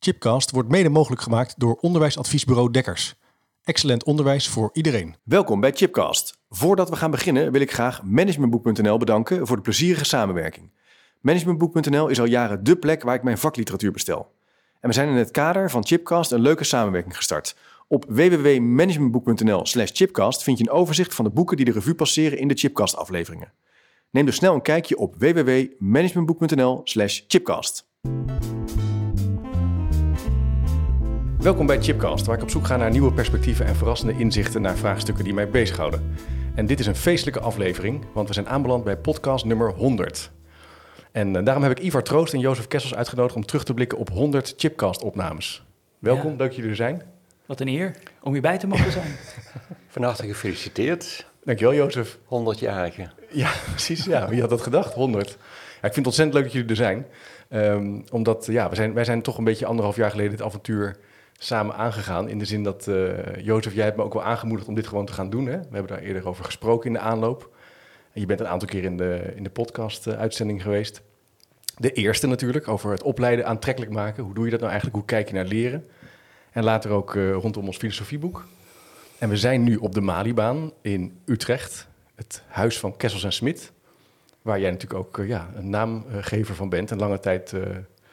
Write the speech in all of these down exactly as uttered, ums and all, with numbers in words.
Chipcast wordt mede mogelijk gemaakt door onderwijsadviesbureau Dekkers. Excellent onderwijs voor iedereen. Welkom bij Chipcast. Voordat we gaan beginnen wil ik graag Managementboek punt n l bedanken voor de plezierige samenwerking. Managementboek punt n l is al jaren dé plek waar ik mijn vakliteratuur bestel. En we zijn in het kader van Chipcast een leuke samenwerking gestart. Op w w w punt managementboek punt n l slash chipcast vind je een overzicht van de boeken die de revue passeren in de Chipcast afleveringen. Neem dus snel een kijkje op w w w punt managementboek punt n l slash chipcast. Welkom bij Chipcast, waar ik op zoek ga naar nieuwe perspectieven en verrassende inzichten naar vraagstukken die mij bezighouden. En dit is een feestelijke aflevering, want we zijn aanbeland bij podcast nummer honderd. En uh, daarom heb ik Ivar Troost en Jozef Kessels uitgenodigd om terug te blikken op honderd Chipcast-opnames. Welkom, ja. Leuk dat jullie er zijn. Wat een eer om hierbij te mogen zijn. Van harte gefeliciteerd. Dankjewel, Jozef. honderdjarige. Ja, precies. Ja. Wie had dat gedacht? honderd. Ja, ik vind het ontzettend leuk dat jullie er zijn. Um, omdat, ja, we zijn, wij zijn toch een beetje anderhalf jaar geleden dit avontuur samen aangegaan. In de zin dat, uh, Jozef, jij hebt me ook wel aangemoedigd om dit gewoon te gaan doen. Hè? We hebben daar eerder over gesproken in de aanloop. En je bent een aantal keer in de, in de podcast-uitzending geweest. De eerste natuurlijk, over het opleiden aantrekkelijk maken. Hoe doe je dat nou eigenlijk? Hoe kijk je naar leren? En later ook uh, rondom ons filosofieboek. En we zijn nu op de Malibaan in Utrecht. Het huis van Kessels en Smit. Waar jij natuurlijk ook uh, ja, een naamgever van bent. En lange tijd uh, uh,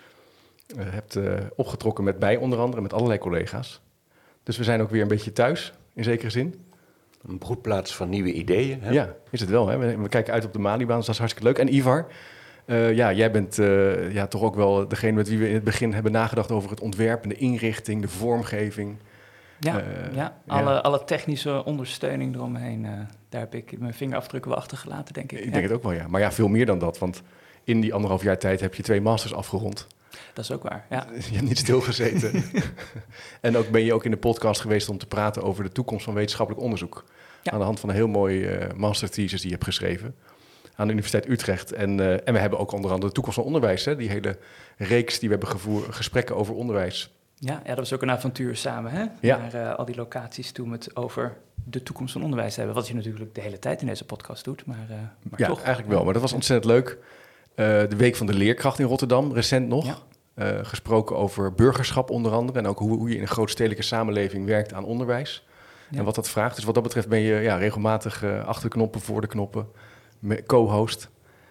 hebt uh, opgetrokken met mij onder andere. Met allerlei collega's. Dus we zijn ook weer een beetje thuis, in zekere zin. Een broedplaats van nieuwe ideeën. Hè? Ja, is het wel. Hè? We, we kijken uit op de Malibaan, dus dat is hartstikke leuk. En Ivar, uh, ja, jij bent uh, ja, toch ook wel degene met wie we in het begin hebben nagedacht over het ontwerp en de inrichting, de vormgeving. Ja, uh, ja, alle, ja. alle technische ondersteuning eromheen, uh, daar heb ik mijn vingerafdrukken wel achtergelaten, denk ik. Ik ja. denk het ook wel, ja. Maar ja, veel meer dan dat, want in die anderhalf jaar tijd heb je twee masters afgerond. Dat is ook waar, ja. Je hebt niet stilgezeten. En ook ben je ook in de podcast geweest om te praten over de toekomst van wetenschappelijk onderzoek. Ja. Aan de hand van een heel mooi uh, masterthesis die je hebt geschreven aan de Universiteit Utrecht. En, uh, en we hebben ook onder andere de toekomst van onderwijs. Hè? Die hele reeks die we hebben gevoerd, gesprekken over onderwijs. Ja, ja, dat was ook een avontuur samen, hè? Ja. Naar uh, al die locaties toe met over de toekomst van onderwijs hebben. Wat je natuurlijk de hele tijd in deze podcast doet, maar, uh, maar ja, toch. eigenlijk wel. Maar dat was ontzettend leuk. Uh, de Week van de Leerkracht in Rotterdam, recent nog. Ja. Uh, gesproken over burgerschap onder andere. En ook hoe, hoe je in een grootstedelijke samenleving werkt aan onderwijs. Ja. En wat dat vraagt. Dus wat dat betreft ben je ja, regelmatig uh, achter de knoppen, voor de knoppen. Co-host.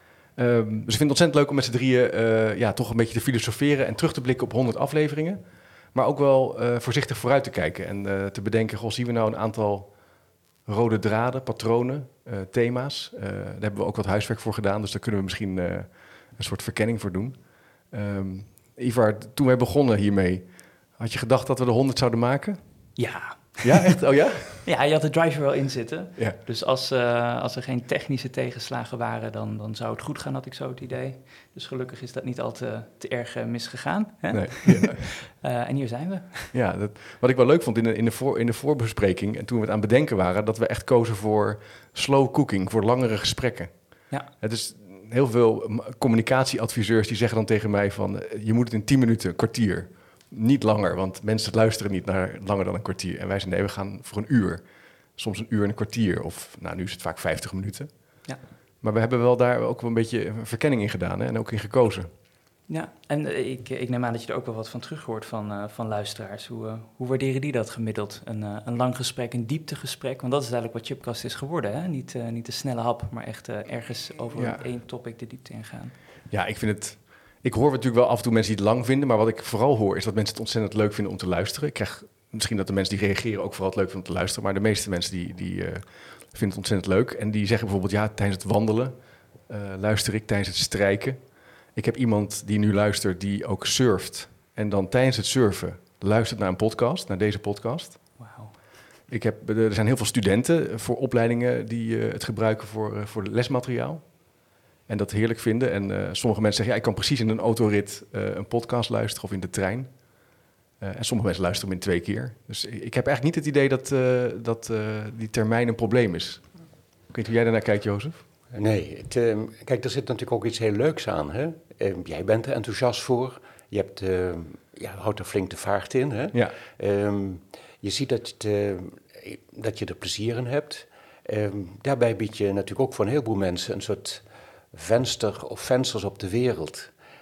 Um, dus ik vind het ontzettend leuk om met z'n drieën uh, ja, toch een beetje te filosoferen en terug te blikken op honderd afleveringen. Maar ook wel uh, voorzichtig vooruit te kijken en uh, te bedenken, goh, zien we nou een aantal rode draden, patronen, uh, thema's. Uh, daar hebben we ook wat huiswerk voor gedaan, dus daar kunnen we misschien uh, een soort verkenning voor doen. Um, Ivar, toen wij begonnen hiermee, had je gedacht dat we de honderd zouden maken? Ja. Ja, echt? Oh ja? Ja, je had de drive er wel in zitten. Ja. Dus als, uh, als er geen technische tegenslagen waren, dan, dan zou het goed gaan, had ik zo het idee. Dus gelukkig is dat niet al te, te erg uh, misgegaan. Hè? Nee. Ja. uh, en hier zijn we. Ja, dat, wat ik wel leuk vond in de, in, de voor, in de voorbespreking, en toen we het aan het bedenken waren, dat we echt kozen voor slow cooking, voor langere gesprekken. Ja. Het is heel veel communicatieadviseurs die zeggen dan tegen mij van, je moet het in tien minuten, een kwartier. Niet langer, want mensen luisteren niet naar langer dan een kwartier. En wij zeggen, nee, we gaan voor een uur. Soms een uur en een kwartier. Of, nou, nu is het vaak vijftig minuten. Ja. Maar we hebben wel daar ook wel een beetje een verkenning in gedaan, hè, en ook in gekozen. Ja, en uh, ik, ik neem aan dat je er ook wel wat van terug hoort van, uh, van luisteraars. Hoe, uh, hoe waarderen die dat gemiddeld? Een, uh, een lang gesprek, een dieptegesprek? Want dat is eigenlijk wat Chipcast is geworden, hè? Niet, uh, niet de snelle hap, maar echt uh, ergens over ja. één topic de diepte ingaan. Ja, ik vind het... Ik hoor natuurlijk wel af en toe mensen die het lang vinden, maar wat ik vooral hoor is dat mensen het ontzettend leuk vinden om te luisteren. Ik krijg misschien dat de mensen die reageren ook vooral het leuk vinden om te luisteren, maar de meeste mensen die, die uh, vinden het ontzettend leuk. En die zeggen bijvoorbeeld, ja, tijdens het wandelen uh, luister ik, tijdens het strijken. Ik heb iemand die nu luistert die ook surft en dan tijdens het surfen luistert naar een podcast, naar deze podcast. Wauw. Ik heb, er zijn heel veel studenten voor opleidingen die uh, het gebruiken voor, uh, voor lesmateriaal. En dat heerlijk vinden. En uh, sommige mensen zeggen, ja, ik kan precies in een autorit uh, een podcast luisteren of in de trein. Uh, en sommige mensen luisteren hem in twee keer. Dus ik heb eigenlijk niet het idee dat, uh, dat uh, die termijn een probleem is. Ik weet niet hoe jij daarnaar kijkt, Jozef? Nee, het, uh, kijk, er zit natuurlijk ook iets heel leuks aan. Hè? Uh, jij bent er enthousiast voor. Je hebt, uh, ja, houdt er flink de vaart in. Hè? Ja. Um, je ziet dat, het, uh, dat je er plezier in hebt. Um, daarbij bied je natuurlijk ook voor een heleboel mensen een soort venster of vensters op de wereld.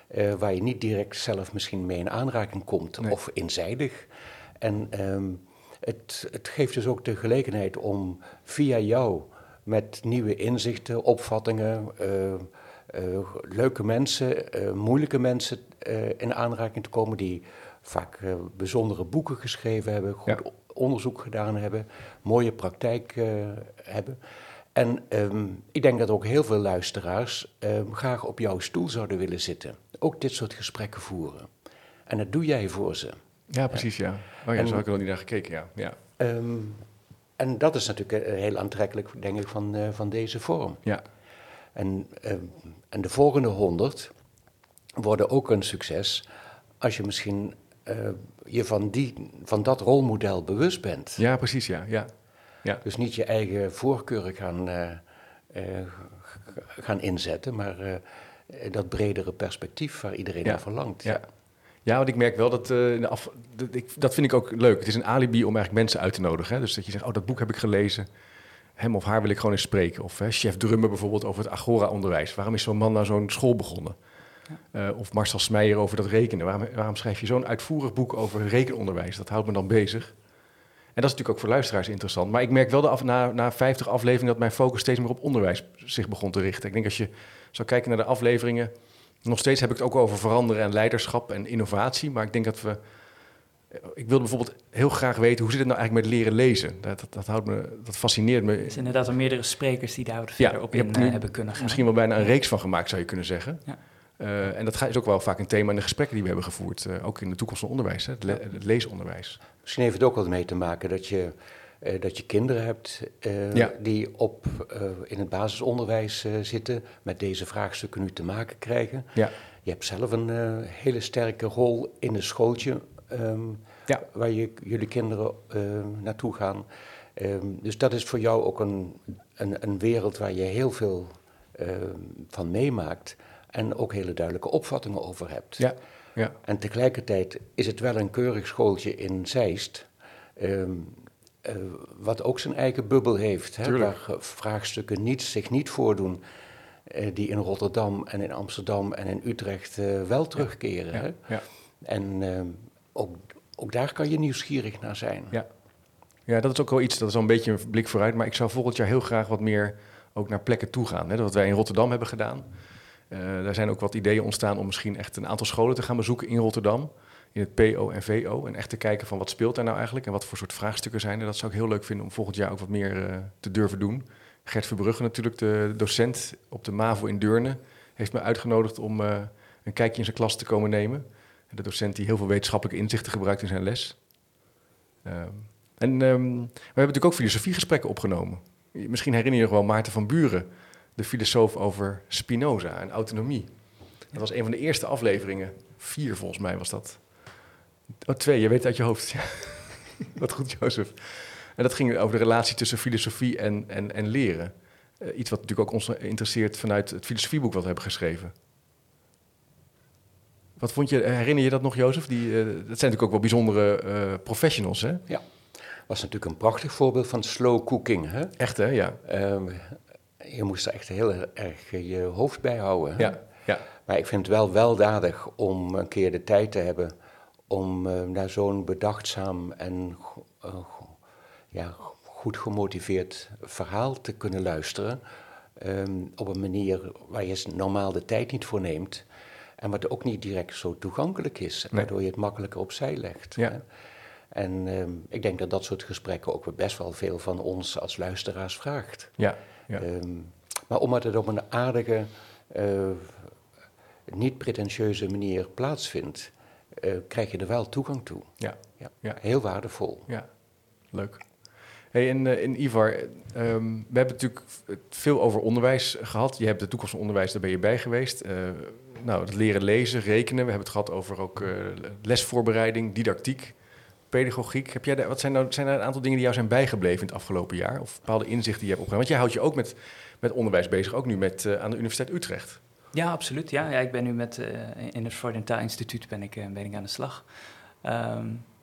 uh, waar je niet direct zelf misschien mee in aanraking komt, Nee. of eenzijdig. En um, het, het geeft dus ook de gelegenheid om via jou met nieuwe inzichten, opvattingen, uh, uh, leuke mensen, uh, moeilijke mensen uh, in aanraking te komen die vaak uh, bijzondere boeken geschreven hebben, goed Ja. onderzoek gedaan hebben, mooie praktijk uh, hebben. En um, ik denk dat ook heel veel luisteraars um, graag op jouw stoel zouden willen zitten. Ook dit soort gesprekken voeren. En dat doe jij voor ze. Ja, precies, ja. Oh ja, En- zo heb ik er nog niet naar gekeken, ja. ja. Um, en dat is natuurlijk uh, heel aantrekkelijk, denk ik, van, uh, van deze vorm. Ja, En, um, en de volgende honderd worden ook een succes als je misschien uh, je van, die, van dat rolmodel bewust bent. ja precies, ja. ja. Dus niet je eigen voorkeuren gaan, uh, uh, g- gaan inzetten, maar uh, dat bredere perspectief waar iedereen Ja. naar verlangt. Ja. Ja, want ik merk wel dat, uh, in de af, dat, ik, dat vind ik ook leuk. Het is een alibi om eigenlijk mensen uit te nodigen. Hè? Dus dat je zegt, oh, dat boek heb ik gelezen. Hem of haar wil ik gewoon eens spreken. Of hè, chef Drummer bijvoorbeeld over het Agora-onderwijs. Waarom is zo'n man nou zo'n school begonnen? Uh, of Marcel Smeijer over dat rekenen. Waarom, waarom schrijf je zo'n uitvoerig boek over rekenonderwijs? Dat houdt me dan bezig. En dat is natuurlijk ook voor luisteraars interessant. Maar ik merk wel de af, na, na vijftig afleveringen dat mijn focus steeds meer op onderwijs zich begon te richten. Ik denk als je zou kijken naar de afleveringen, nog steeds heb ik het ook over veranderen en leiderschap en innovatie. Maar ik denk dat we... Ik wilde bijvoorbeeld heel graag weten, hoe zit het nou eigenlijk met leren lezen? Dat, dat, dat, houdt me, dat fascineert me. Er zijn inderdaad al meerdere sprekers die daar Ja, verder op je in hebt uh, nu hebben kunnen gaan. Misschien wel bijna een reeks van gemaakt, zou je kunnen zeggen. Ja. Uh, en dat ga- is ook wel vaak een thema in de gesprekken die we hebben gevoerd. Uh, ook in de toekomst van onderwijs, hè? Het, le- het leesonderwijs. Misschien heeft het ook wel mee te maken dat je, uh, dat je kinderen hebt uh, Ja. die op, uh, in het basisonderwijs uh, zitten, met deze vraagstukken nu te maken krijgen. Ja. Je hebt zelf een uh, hele sterke rol in een schooltje um, Ja. waar je, jullie kinderen uh, naartoe gaan. Um, dus dat is voor jou ook een, een, een wereld waar je heel veel uh, van meemaakt en ook hele duidelijke opvattingen over hebt. Ja. Ja. En tegelijkertijd is het wel een keurig schooltje in Zeist, um, uh, wat ook zijn eigen bubbel heeft, hè, waar uh, vraagstukken niet, zich niet voordoen uh, die in Rotterdam en in Amsterdam en in Utrecht uh, wel terugkeren. Ja. Hè? Ja. En um, ook, ook daar kan je nieuwsgierig naar zijn. Ja. Ja, dat is ook wel iets, dat is al een beetje een blik vooruit. Maar ik zou volgend jaar heel graag wat meer ook naar plekken toe gaan. Hè? Dat wat wij in Rotterdam hebben gedaan. Uh, daar zijn ook wat ideeën ontstaan om misschien echt een aantal scholen te gaan bezoeken in Rotterdam. In het P O en V O. En echt te kijken van wat speelt daar nou eigenlijk en wat voor soort vraagstukken zijn er. Dat zou ik heel leuk vinden om volgend jaar ook wat meer uh, te durven doen. Gert Verbrugge natuurlijk, de docent op de MAVO in Deurne, heeft me uitgenodigd om uh, een kijkje in zijn klas te komen nemen. De docent die heel veel wetenschappelijke inzichten gebruikt in zijn les. Uh, en um, we hebben natuurlijk ook filosofiegesprekken opgenomen. Misschien herinner je je nog wel Maarten van Buren, de filosoof over Spinoza en autonomie. Dat was een van de eerste afleveringen. Vier volgens mij was dat. Oh, twee, je weet het uit je hoofd. Ja. Wat goed, Jozef. En dat ging over de relatie tussen filosofie en, en, en leren. Uh, iets wat natuurlijk ook ons interesseert vanuit het filosofieboek wat we hebben geschreven. Wat vond je, herinner je dat nog, Jozef? Die, uh, dat zijn natuurlijk ook wel bijzondere uh, professionals, hè? Ja, was natuurlijk een prachtig voorbeeld van slow cooking, hè? Echt, hè? Ja. Um, je moest er echt heel erg je hoofd bij houden. Hè? Ja, ja. Maar ik vind het wel weldadig om een keer de tijd te hebben om uh, naar zo'n bedachtzaam en uh, ja, goed gemotiveerd verhaal te kunnen luisteren. Um, op een manier waar je normaal de tijd niet voor neemt. En wat ook niet direct zo toegankelijk is. Nee. Waardoor je het makkelijker opzij legt. Ja. Hè? En um, ik denk dat dat soort gesprekken ook best wel veel van ons als luisteraars vraagt. Ja, ja. Um, maar omdat het op een aardige, uh, niet pretentieuze manier plaatsvindt, uh, krijg je er wel toegang toe. Ja. Ja. Ja. Heel waardevol. Ja, leuk. Hey, en uh, in Ivar, um, we hebben natuurlijk veel over onderwijs gehad. Je hebt de toekomst van onderwijs, daar ben je bij geweest. Uh, nou, het leren lezen, rekenen. We hebben het gehad over ook uh, lesvoorbereiding, didactiek, pedagogiek. Heb jij daar, wat zijn, nou, zijn er een aantal dingen die jou zijn bijgebleven in het afgelopen jaar? Of bepaalde inzichten die je hebt opgedaan? Want jij houdt je ook met, met onderwijs bezig, ook nu met, uh, aan de Universiteit Utrecht. Ja, absoluut. Ja, ja ik ben nu met, uh, in het Freud en Taal Instituut ben ik, uh, ben ik aan de slag. Um,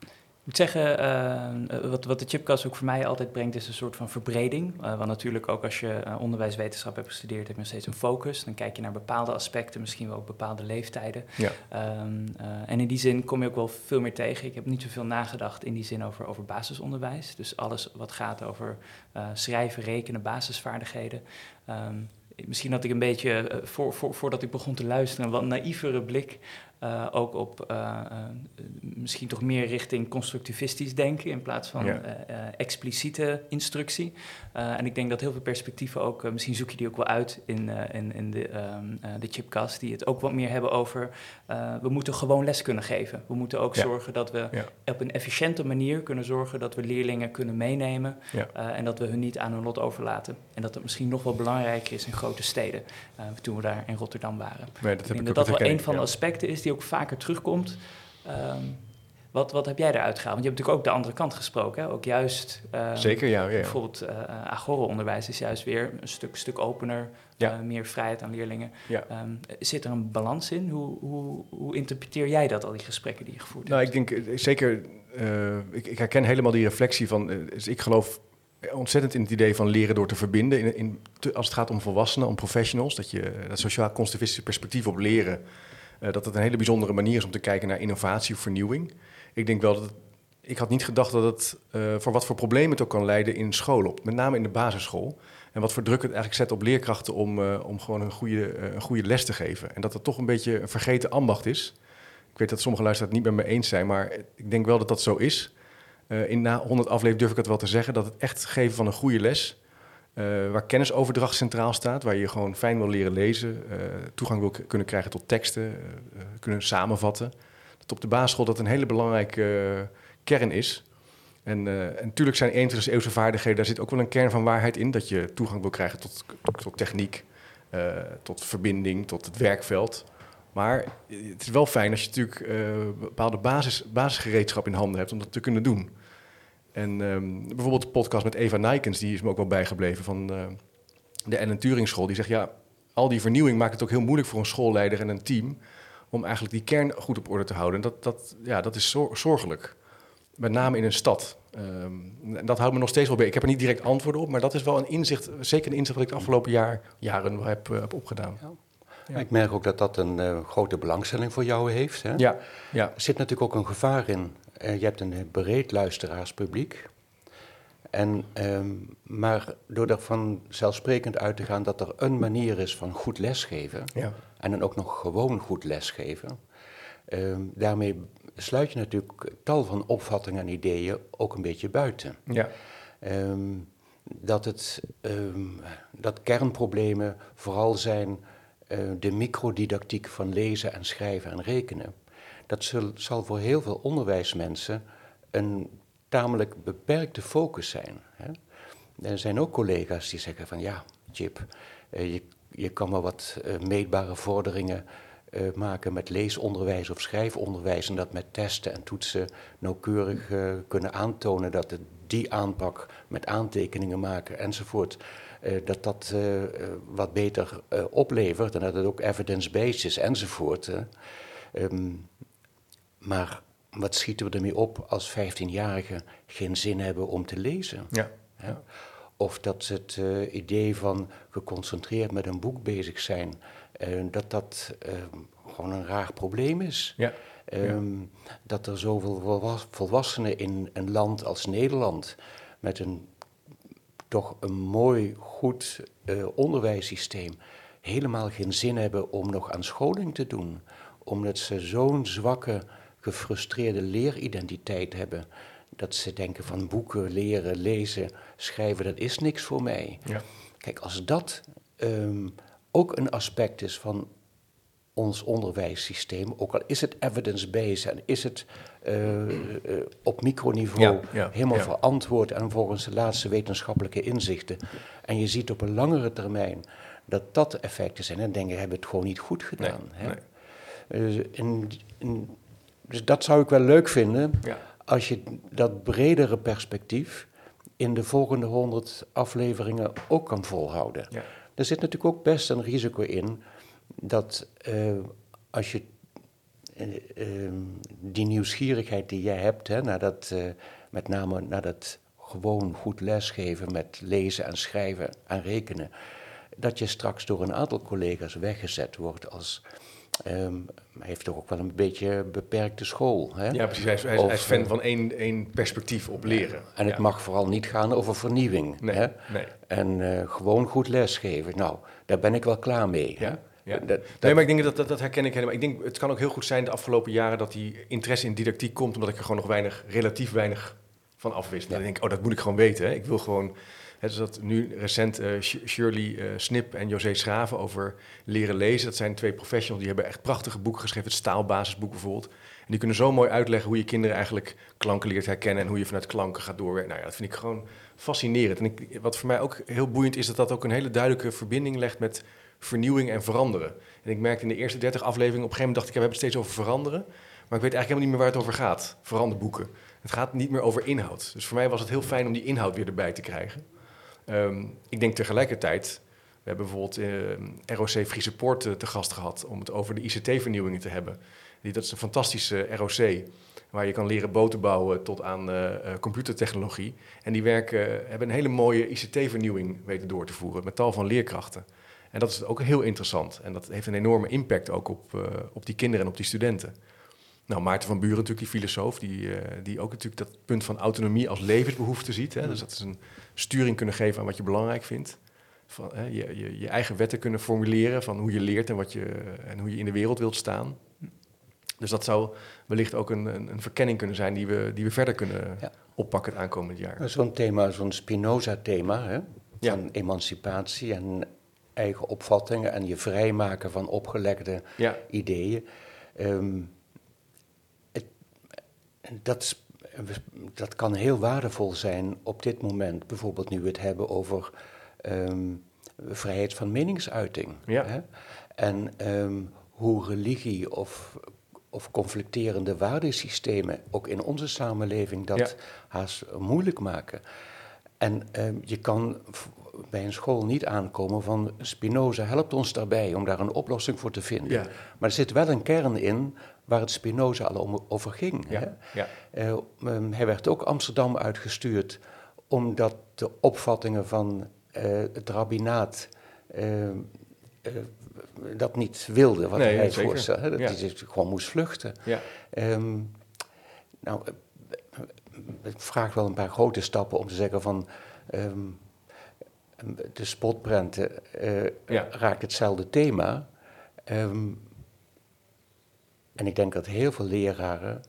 Ik moet zeggen, uh, wat, wat de Chipcast ook voor mij altijd brengt, is een soort van verbreding. Uh, want natuurlijk ook als je uh, onderwijswetenschap hebt gestudeerd, heb je nog steeds een focus. Dan kijk je naar bepaalde aspecten, misschien wel ook bepaalde leeftijden. Ja. Um, uh, en in die zin kom je ook wel veel meer tegen. Ik heb niet zoveel nagedacht in die zin over, over basisonderwijs. Dus alles wat gaat over uh, schrijven, rekenen, basisvaardigheden. Um, Misschien had ik een beetje, uh, voor, voor, voordat ik begon te luisteren, een wat naïvere blik uh, ook op uh, uh, misschien toch meer richting constructivistisch denken in plaats van ja. uh, uh, expliciete instructie. Uh, en ik denk dat heel veel perspectieven ook, uh, misschien zoek je die ook wel uit in, uh, in, in de, um, uh, de Chipcast, die het ook wat meer hebben over, uh, we moeten gewoon les kunnen geven. We moeten ook ja. zorgen dat we ja. op een efficiënte manier kunnen zorgen dat we leerlingen kunnen meenemen ja. uh, en dat we hun niet aan hun lot overlaten. En dat het misschien nog wel belangrijker is in grote steden, uh, toen we daar in Rotterdam waren. Nee, dat ik denk ik dat dat wel een van de ja. aspecten is die ook vaker terugkomt. Um, wat, wat heb jij eruit gehaald? Want je hebt natuurlijk ook de andere kant gesproken. Hè? Ook juist... Um, Zeker, ja. ja, ja. Bijvoorbeeld uh, Agora-onderwijs is juist weer een stuk, stuk opener. Ja. Uh, meer vrijheid aan leerlingen. Ja. Um, zit er een balans in? Hoe, hoe, hoe interpreteer jij dat, al die gesprekken die je gevoerd nou, hebt? Nou, ik denk zeker... Uh, ik, ik herken helemaal die reflectie van... Uh, dus ik geloof ontzettend in het idee van leren door te verbinden. In, in, te, als het gaat om volwassenen, om professionals. Dat je dat sociaal-constructivistische perspectief op leren... Uh, dat het een hele bijzondere manier is om te kijken naar innovatie of vernieuwing. Ik denk wel dat het, ik had niet gedacht dat het uh, voor wat voor problemen het ook kan leiden in scholen, met name in de basisschool. En wat voor druk het eigenlijk zet op leerkrachten om, uh, om gewoon een goede, uh, een goede les te geven. En dat het toch een beetje een vergeten ambacht is. Ik weet dat sommige luisteraars het niet met me eens zijn, maar ik denk wel dat dat zo is. Uh, in na honderd afleveringen durf ik het wel te zeggen, dat het echt geven van een goede les, Uh, waar kennisoverdracht centraal staat, waar je gewoon fijn wil leren lezen, uh, toegang wil k- kunnen krijgen tot teksten, uh, uh, kunnen samenvatten. Dat op de basisschool dat een hele belangrijke uh, kern is. En, uh, en natuurlijk zijn eenentwintigste eeuwse vaardigheden, daar zit ook wel een kern van waarheid in, dat je toegang wil krijgen tot, tot, tot techniek, uh, tot verbinding, tot het werkveld. Maar het is wel fijn als je natuurlijk uh, bepaalde basis, basisgereedschap in handen hebt om dat te kunnen doen. En um, bijvoorbeeld de podcast met Eva Nijkens, die is me ook wel bijgebleven van uh, de Ellen Turing School. Die zegt, ja, al die vernieuwing maakt het ook heel moeilijk voor een schoolleider en een team om eigenlijk die kern goed op orde te houden. En dat, dat, ja, dat is zor- zorgelijk, met name in een stad. Um, en dat houdt me nog steeds wel bij. Ik heb er niet direct antwoorden op, maar dat is wel een inzicht, zeker een inzicht wat ik de afgelopen jaar, jaren heb, uh, heb opgedaan. Ja. Ja. Ik merk ook dat dat een uh, grote belangstelling voor jou heeft. Hè? Ja, ja. Er zit natuurlijk ook een gevaar in. Uh, je hebt een breed luisteraarspubliek. En, um, maar door er vanzelfsprekend uit te gaan dat er een manier is van goed lesgeven... Ja. en dan ook nog gewoon goed lesgeven... Um, daarmee sluit je natuurlijk tal van opvattingen en ideeën ook een beetje buiten. Ja. Um, dat, het, um, dat kernproblemen vooral zijn... Uh, de microdidactiek van lezen en schrijven en rekenen. Dat zul, zal voor heel veel onderwijsmensen een tamelijk beperkte focus zijn. Hè? Er zijn ook collega's die zeggen van ja, Chip, uh, je, je kan wel wat uh, meetbare vorderingen uh, maken met leesonderwijs of schrijfonderwijs en dat met testen en toetsen nauwkeurig uh, kunnen aantonen dat het die aanpak met aantekeningen maken enzovoort... Uh, dat dat uh, uh, wat beter uh, oplevert en dat het ook evidence-based is enzovoort. Uh. Um, maar wat schieten we ermee op als vijftienjarigen geen zin hebben om te lezen? Ja. Ja? Of dat het uh, idee van geconcentreerd met een boek bezig zijn, uh, dat dat uh, gewoon een raar probleem is. Ja. Um, ja. Dat er zoveel volwassenen in een land als Nederland met een toch een mooi, goed uh, onderwijssysteem helemaal geen zin hebben om nog aan scholing te doen. Omdat ze zo'n zwakke, gefrustreerde leeridentiteit hebben, dat ze denken van boeken, leren, lezen, schrijven, dat is niks voor mij. Ja. Kijk, als dat um, ook een aspect is van ons onderwijssysteem, ook al is het evidence-based en is het uh, uh, op microniveau ja, ja, helemaal ja. verantwoord en volgens de laatste wetenschappelijke inzichten, en je ziet op een langere termijn dat dat effecten zijn, en denk je, hebben we het gewoon niet goed gedaan. Nee, hè? nee. Uh, in, in, dus dat zou ik wel leuk vinden, ja. als je dat bredere perspectief in de volgende honderd afleveringen ook kan volhouden. Ja. Er zit natuurlijk ook best een risico in dat uh, als je uh, um, die nieuwsgierigheid die jij hebt, hè, naar dat, uh, met name naar dat gewoon goed lesgeven met lezen en schrijven en rekenen, dat je straks door een aantal collega's weggezet wordt als... Um, hij heeft toch ook wel een beetje beperkte school. Hè? Ja, precies. Hij is, hij is, of, hij is fan van één, één perspectief op leren. En het ja. mag vooral niet gaan over vernieuwing. Nee, hè? nee. En uh, gewoon goed lesgeven. Nou, daar ben ik wel klaar mee. Ja, ja. Dat, dat, nee, maar ik denk dat, dat dat herken ik helemaal. Ik denk, het kan ook heel goed zijn de afgelopen jaren dat die interesse in didactiek komt, omdat ik er gewoon nog weinig, relatief weinig van afwist. Ja. Dan denk ik, oh, dat moet ik gewoon weten. Hè? Ik wil gewoon... He, dus dat nu recent uh, Shirley uh, Snip en José Schraven over leren lezen. Dat zijn twee professionals die hebben echt prachtige boeken geschreven. Het Staalbasisboek bijvoorbeeld. En die kunnen zo mooi uitleggen hoe je kinderen eigenlijk klanken leert herkennen en hoe je vanuit klanken gaat doorwerken. Nou ja, dat vind ik gewoon fascinerend. En ik, wat voor mij ook heel boeiend is, dat dat ook een hele duidelijke verbinding legt met vernieuwing en veranderen. En ik merkte in de eerste dertig afleveringen, op een gegeven moment dacht ik, ja, we hebben het steeds over veranderen. Maar ik weet eigenlijk helemaal niet meer waar het over gaat. Veranderboeken. Het gaat niet meer over inhoud. Dus voor mij was het heel fijn om die inhoud weer erbij te krijgen. Um, ik denk tegelijkertijd, we hebben bijvoorbeeld uh, R O C Friese Poort uh, te gast gehad om het over de I C T-vernieuwingen te hebben. Die, dat is een fantastische R O C, waar je kan leren boten bouwen tot aan uh, uh, computertechnologie. En die werken, uh, hebben een hele mooie I C T-vernieuwing weten door te voeren met tal van leerkrachten. En dat is ook heel interessant. En dat heeft een enorme impact ook op, uh, op die kinderen en op die studenten. Nou, Maarten van Buren natuurlijk, die filosoof, die, uh, die ook natuurlijk dat punt van autonomie als levensbehoefte ziet. Hè? Dus dat is een sturing kunnen geven aan wat je belangrijk vindt. Van, hè, je, je, je eigen wetten kunnen formuleren van hoe je leert en, wat je, en hoe je in de wereld wilt staan. Dus dat zou wellicht ook een, een, een verkenning kunnen zijn die we, die we verder kunnen ja. oppakken het aankomende jaar. Zo'n thema, zo'n Spinoza-thema, hè? Van ja. emancipatie en eigen opvattingen en je vrijmaken van opgelegde ja. ideeën. Um, het, dat, dat kan heel waardevol zijn op dit moment, bijvoorbeeld nu we het hebben over um, vrijheid van meningsuiting. Ja. Hè? En um, hoe religie of, of conflicterende waardesystemen ook in onze samenleving dat ja. haast moeilijk maken. En um, je kan bij een school niet aankomen van Spinoza helpt ons daarbij om daar een oplossing voor te vinden. Ja. Maar er zit wel een kern in waar het Spinoza al om, over ging. Ja. Hè? Ja. Uh, um, hij werd ook Amsterdam uitgestuurd omdat de opvattingen van uh, het rabbinaat uh, uh, dat niet wilde, wat nee, hij zeker. voorstelde. Dat ja. hij gewoon moest vluchten. Ja. Um, nou, het vraagt wel een paar grote stappen om te zeggen van um, de spotprenten uh, ja. raakt hetzelfde thema. Um, en ik denk dat heel veel leraren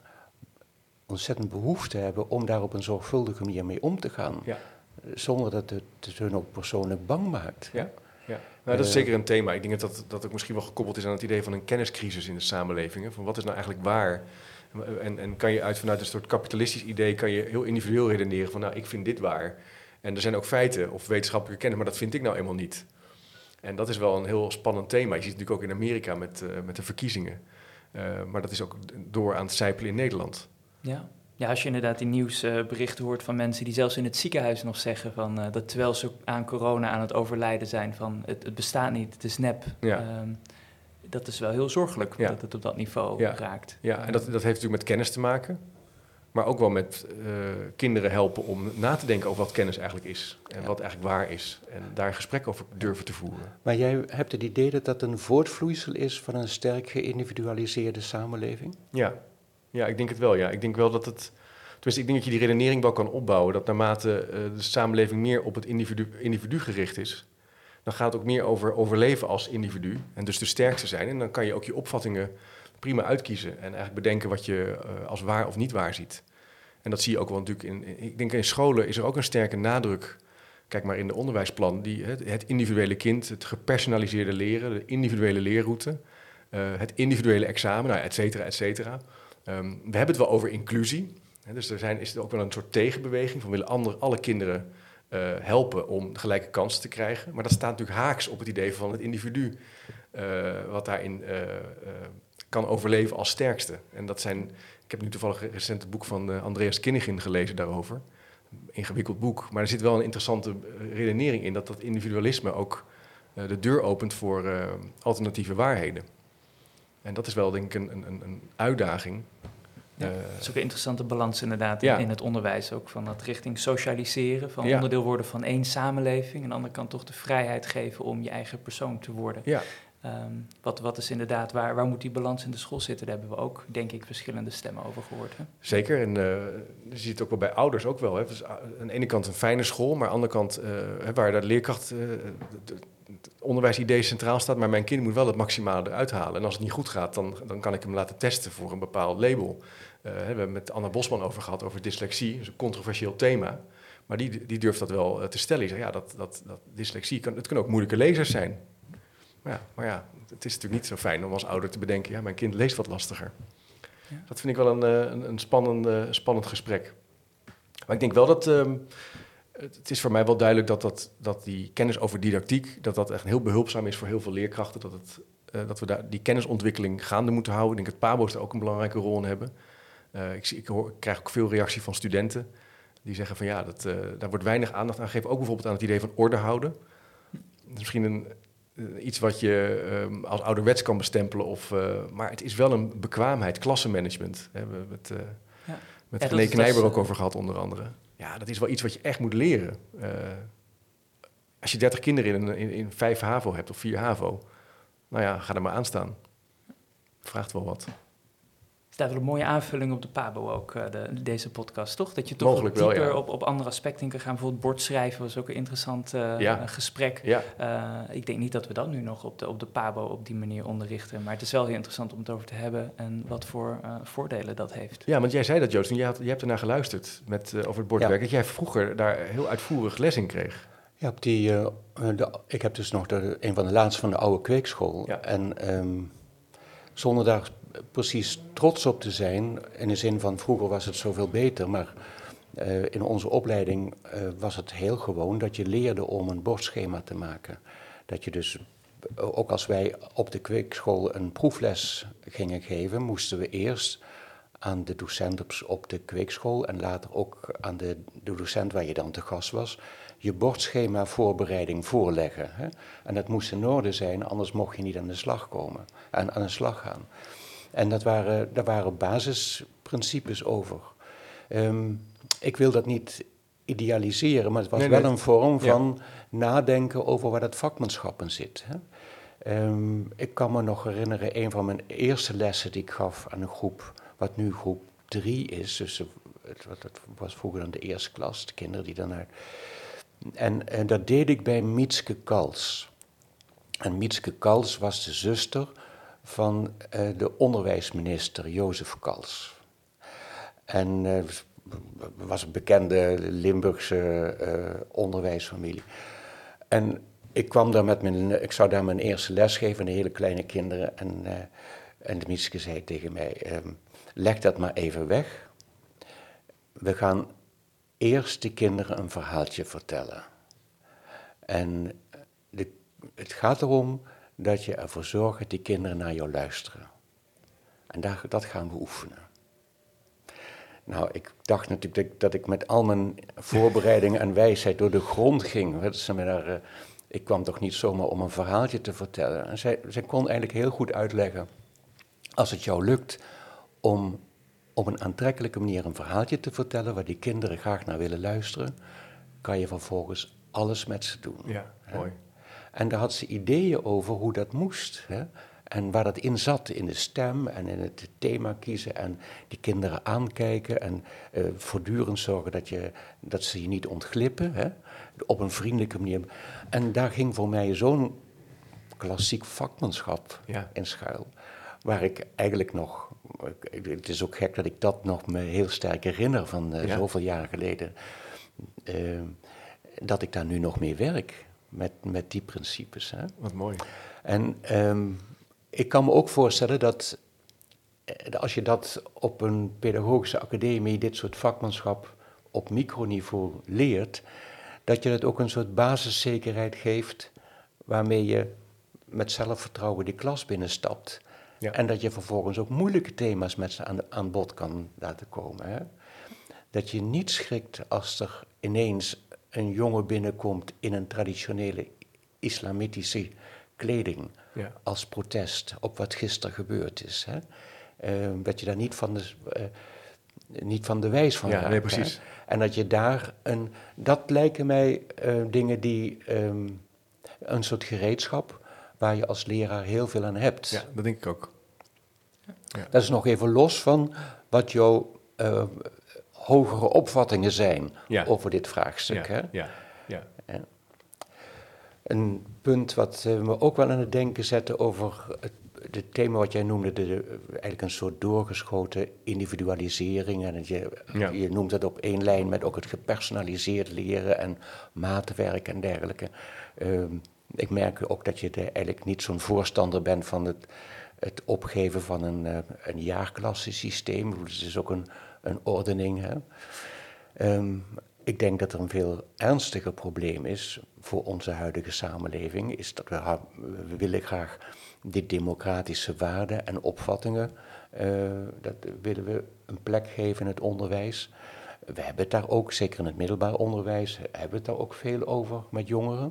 ontzettend behoefte hebben om daar op een zorgvuldige manier mee om te gaan. Ja. Zonder dat het, het hun ook persoonlijk bang maakt. Ja. Ja, nou, dat is zeker een thema. Ik denk dat dat, dat ook misschien wel gekoppeld is aan het idee van een kenniscrisis in de samenleving. Van wat is nou eigenlijk waar? En, en kan je uit vanuit een soort kapitalistisch idee kan je heel individueel redeneren van nou, ik vind dit waar. En er zijn ook feiten of wetenschappelijke kennis, maar dat vind ik nou eenmaal niet. En dat is wel een heel spannend thema. Je ziet het natuurlijk ook in Amerika met, uh, met de verkiezingen. Uh, maar dat is ook door aan het sijpelen in Nederland. Ja. Ja, als je inderdaad die nieuwsberichten hoort van mensen die zelfs in het ziekenhuis nog zeggen van, uh, dat terwijl ze aan corona aan het overlijden zijn van het, het bestaat niet, het is nep. Ja. Um, dat is wel heel zorgelijk ja. dat het op dat niveau ja. raakt. Ja, en dat, dat heeft natuurlijk met kennis te maken, maar ook wel met uh, kinderen helpen om na te denken over wat kennis eigenlijk is en ja. wat eigenlijk waar is. En daar een gesprek over durven te voeren. Maar jij hebt het idee dat dat een voortvloeisel is van een sterk geïndividualiseerde samenleving? Ja. Ja, ik denk het wel, ja. Ik denk wel dat het... Tenminste, ik denk dat je die redenering wel kan opbouwen. Dat naarmate uh, de samenleving meer op het individu, individu gericht is, dan gaat het ook meer over overleven als individu. En dus de sterkste zijn. En dan kan je ook je opvattingen prima uitkiezen. En eigenlijk bedenken wat je uh, als waar of niet waar ziet. En dat zie je ook wel natuurlijk in... in ik denk in scholen is er ook een sterke nadruk. Kijk maar in de onderwijsplan. Die, het, het individuele kind, het gepersonaliseerde leren, de individuele leerroute, uh, het individuele examen, nou, et cetera, et cetera. Um, we hebben het wel over inclusie. Hè, dus er zijn, is er ook wel een soort tegenbeweging van willen andere, alle kinderen uh, helpen om gelijke kansen te krijgen. Maar dat staat natuurlijk haaks op het idee van het individu, uh, wat daarin uh, uh, kan overleven als sterkste. En dat zijn, ik heb nu toevallig recent het boek van uh, Andreas Kinnigin gelezen daarover. Een ingewikkeld boek, maar er zit wel een interessante redenering in dat dat individualisme ook uh, de deur opent voor uh, alternatieve waarheden. En dat is wel, denk ik, een, een, een uitdaging. Ja, Uh, dat is ook een interessante balans inderdaad ja. in, in het onderwijs. Ook van dat richting socialiseren, van ja. onderdeel worden van één samenleving. En aan de andere kant toch de vrijheid geven om je eigen persoon te worden. Ja. Um, wat, wat is inderdaad, waar, waar moet die balans in de school zitten? Daar hebben we ook, denk ik, verschillende stemmen over gehoord. Hè? Zeker, en uh, je ziet het ook wel bij ouders ook wel. Hè. Dus aan de ene kant een fijne school, maar aan de andere kant uh, waar de leerkracht... Uh, de, het onderwijsidee centraal staat, maar mijn kind moet wel het maximale eruit halen. En als het niet goed gaat, dan, dan kan ik hem laten testen voor een bepaald label. Uh, we hebben het met Anna Bosman over gehad, over dyslexie. Dat is een controversieel thema. Maar die, die durft dat wel uh, te stellen. Die zegt, ja, dat, dat, dat dyslexie, kan, het kunnen ook moeilijke lezers zijn. Maar ja, maar ja, het is natuurlijk niet zo fijn om als ouder te bedenken, ja, mijn kind leest wat lastiger. Ja. Dat vind ik wel een, een, een spannend, uh, spannend gesprek. Maar ik denk wel dat... Um, Het is voor mij wel duidelijk dat, dat, dat die kennis over didactiek, dat dat echt heel behulpzaam is voor heel veel leerkrachten. Dat, het, uh, dat we daar die kennisontwikkeling gaande moeten houden. Ik denk dat Pabo's er ook een belangrijke rol in hebben. Uh, ik, ik, hoor, ik krijg ook veel reactie van studenten die zeggen van ja, dat, uh, daar wordt weinig aandacht aan gegeven. Ook bijvoorbeeld aan het idee van orde houden. Dat is misschien een, uh, iets wat je uh, als ouderwets kan bestempelen. Of, uh, maar het is wel een bekwaamheid, klassenmanagement. Hè, we hebben het uh, ja. met ja, René Knijber ook over gehad onder andere. Ja, dat is wel iets wat je echt moet leren. Uh, als je dertig kinderen in, in, in vijf HAVO hebt of vier HAVO, nou ja, ga er maar aan staan. Vraagt wel wat. Is daar wel een mooie aanvulling op de Pabo ook, uh, de, deze podcast, toch? Dat je toch Mogelijk wat dieper wel, ja. op, op andere aspecten kan gaan. Bijvoorbeeld bordschrijven was ook een interessant uh, ja. gesprek. Ja. Uh, ik denk niet dat we dat nu nog op de, op de Pabo op die manier onderrichten. Maar het is wel heel interessant om het over te hebben en wat voor uh, voordelen dat heeft. Ja, want jij zei dat, Joost, en jij, had, jij hebt ernaar geluisterd met, uh, over het bordwerk. Ja. Dat jij vroeger daar heel uitvoerig les in kreeg. Ja, op die, uh, de, ik heb dus nog de, een van de laatste van de oude kweekschool. Ja. En um, zonder daar precies trots op te zijn, in de zin van vroeger was het zoveel beter, maar uh, in onze opleiding uh, was het heel gewoon dat je leerde om een bordschema te maken. Dat je dus, ook als wij op de kweekschool een proefles gingen geven, moesten we eerst aan de docent op, op de kweekschool en later ook aan de, de docent waar je dan te gast was, je bordschema voorbereiding voorleggen. Hè? En dat moest in orde zijn, anders mocht je niet aan de slag komen, aan, aan de slag gaan. En dat waren, daar waren basisprincipes over. Um, ik wil dat niet idealiseren, maar het was nee, wel nee. een vorm van ja. nadenken over waar dat vakmanschap in zit. Hè? Um, ik kan me nog herinneren, een van mijn eerste lessen die ik gaf aan een groep, wat nu groep drie is, dus het, het was vroeger dan de eerste klas, de kinderen die dan uit... En, en dat deed ik bij Mietske Kals. En Mietske Kals was de zuster van uh, de onderwijsminister Jozef Kals. En uh, was een bekende Limburgse uh, onderwijsfamilie. En ik kwam daar met mijn, ik zou daar mijn eerste les geven aan de hele kleine kinderen. En, uh, en de Mietske zei tegen mij, um, leg dat maar even weg. We gaan eerst de kinderen een verhaaltje vertellen. En de, het gaat erom dat je ervoor zorgt dat die kinderen naar jou luisteren. En daar, dat gaan we oefenen. Nou, ik dacht natuurlijk dat ik, dat ik met al mijn voorbereidingen en wijsheid door de grond ging. Dat ze me daar, uh, ik kwam toch niet zomaar om een verhaaltje te vertellen. En zij, zij kon eigenlijk heel goed uitleggen, als het jou lukt om op een aantrekkelijke manier een verhaaltje te vertellen waar die kinderen graag naar willen luisteren, kan je vervolgens alles met ze doen. Ja, hè? Mooi. En daar had ze ideeën over hoe dat moest. Hè? En waar dat in zat, in de stem en in het thema kiezen en die kinderen aankijken en uh, voortdurend zorgen dat, je, dat ze je niet ontglippen, hè? Op een vriendelijke manier. En daar ging voor mij zo'n klassiek vakmanschap ja. in schuil, waar ik eigenlijk nog, het is ook gek dat ik dat nog me heel sterk herinner van uh, ja. zoveel jaar geleden, uh, dat ik daar nu nog mee werk, met, met die principes. Hè? Wat mooi. En um, ik kan me ook voorstellen dat als je dat op een pedagogische academie, dit soort vakmanschap op microniveau leert, dat je het ook een soort basiszekerheid geeft waarmee je met zelfvertrouwen die klas binnenstapt. Ja. En dat je vervolgens ook moeilijke thema's met ze aan, aan bod kan laten komen. Hè? Dat je niet schrikt als er ineens een jongen binnenkomt in een traditionele islamitische kleding Ja. als protest op wat gisteren gebeurd is. Hè? Uh, dat je daar niet van de, uh, niet van de wijs van ja, raakt. Nee, precies. Hè? En dat je daar een... Dat lijken mij uh, dingen die... Um, een soort gereedschap waar je als leraar heel veel aan hebt. Ja, dat denk ik ook. Ja. Dat is nog even los van wat jouw uh, hogere opvattingen zijn ja. over dit vraagstuk. Ja, hè? Ja, ja. Ja. Een punt wat uh, me ook wel aan het denken zette over het, het thema wat jij noemde, de, de, eigenlijk een soort doorgeschoten individualisering. En je, ja. je noemt dat op één lijn met ook het gepersonaliseerd leren en maatwerk en dergelijke. Uh, ik merk ook dat je er eigenlijk niet zo'n voorstander bent van het, het opgeven van een, uh, een jaarklassensysteem. Het is ook een, een ordening. Hè? Um, ik denk dat er een veel ernstiger probleem is voor onze huidige samenleving. Is dat we, we willen graag die democratische waarden en opvattingen, uh, dat willen we een plek geven in het onderwijs. We hebben het daar ook, zeker in het middelbaar onderwijs, hebben we het daar ook veel over met jongeren.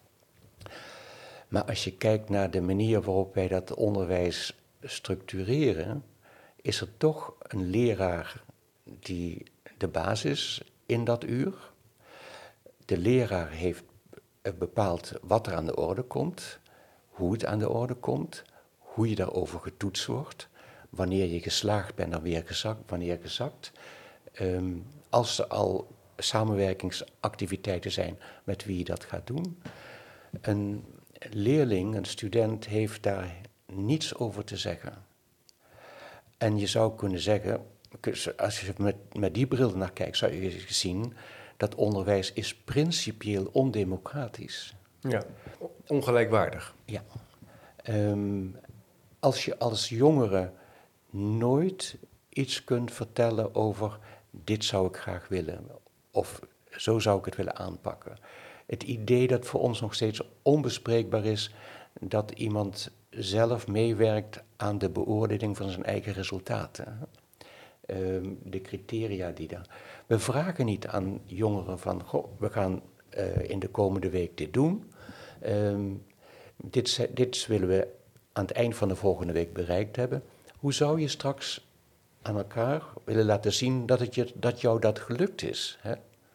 Maar als je kijkt naar de manier waarop wij dat onderwijs structureren, is er toch een leraar die de basis in dat uur. De leraar heeft bepaald wat er aan de orde komt, hoe het aan de orde komt, hoe je daarover getoetst wordt, wanneer je geslaagd bent en weer gezakt, wanneer gezakt. Um, als er al samenwerkingsactiviteiten zijn met wie je dat gaat doen. Een leerling, een student, heeft daar niets over te zeggen. En je zou kunnen zeggen, als je met, met die bril naar kijkt, zou je zien dat onderwijs is principieel ondemocratisch. Ja, ongelijkwaardig. Ja. Um, als je als jongere nooit iets kunt vertellen over dit zou ik graag willen, of zo zou ik het willen aanpakken. Het idee dat voor ons nog steeds onbespreekbaar is dat iemand zelf meewerkt aan de beoordeling van zijn eigen resultaten. Um, de criteria die daar... We vragen niet aan jongeren van, goh, we gaan uh, in de komende week dit doen. Um, dit, dit willen we aan het eind van de volgende week bereikt hebben. Hoe zou je straks aan elkaar willen laten zien dat, het je, dat jou dat gelukt is? Hè?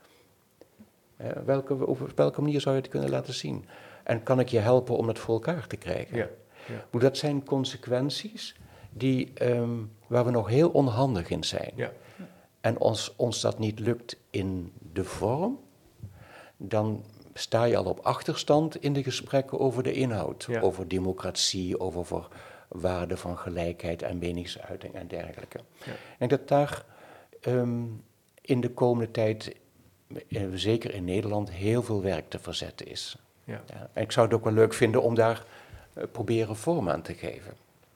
Uh, welke, op welke manier zou je het kunnen laten zien? En kan ik je helpen om het voor elkaar te krijgen? Ja, ja. Maar dat zijn consequenties die, um, waar we nog heel onhandig in zijn. Ja. En als ons dat niet lukt in de vorm, dan sta je al op achterstand in de gesprekken over de inhoud. Ja. Over democratie, over voor waarden van gelijkheid en meningsuiting en dergelijke. Ja. En dat daar um, in de komende tijd, zeker in Nederland, heel veel werk te verzetten is. Ja. Ja, en ik zou het ook wel leuk vinden om daar uh, proberen vorm aan te geven.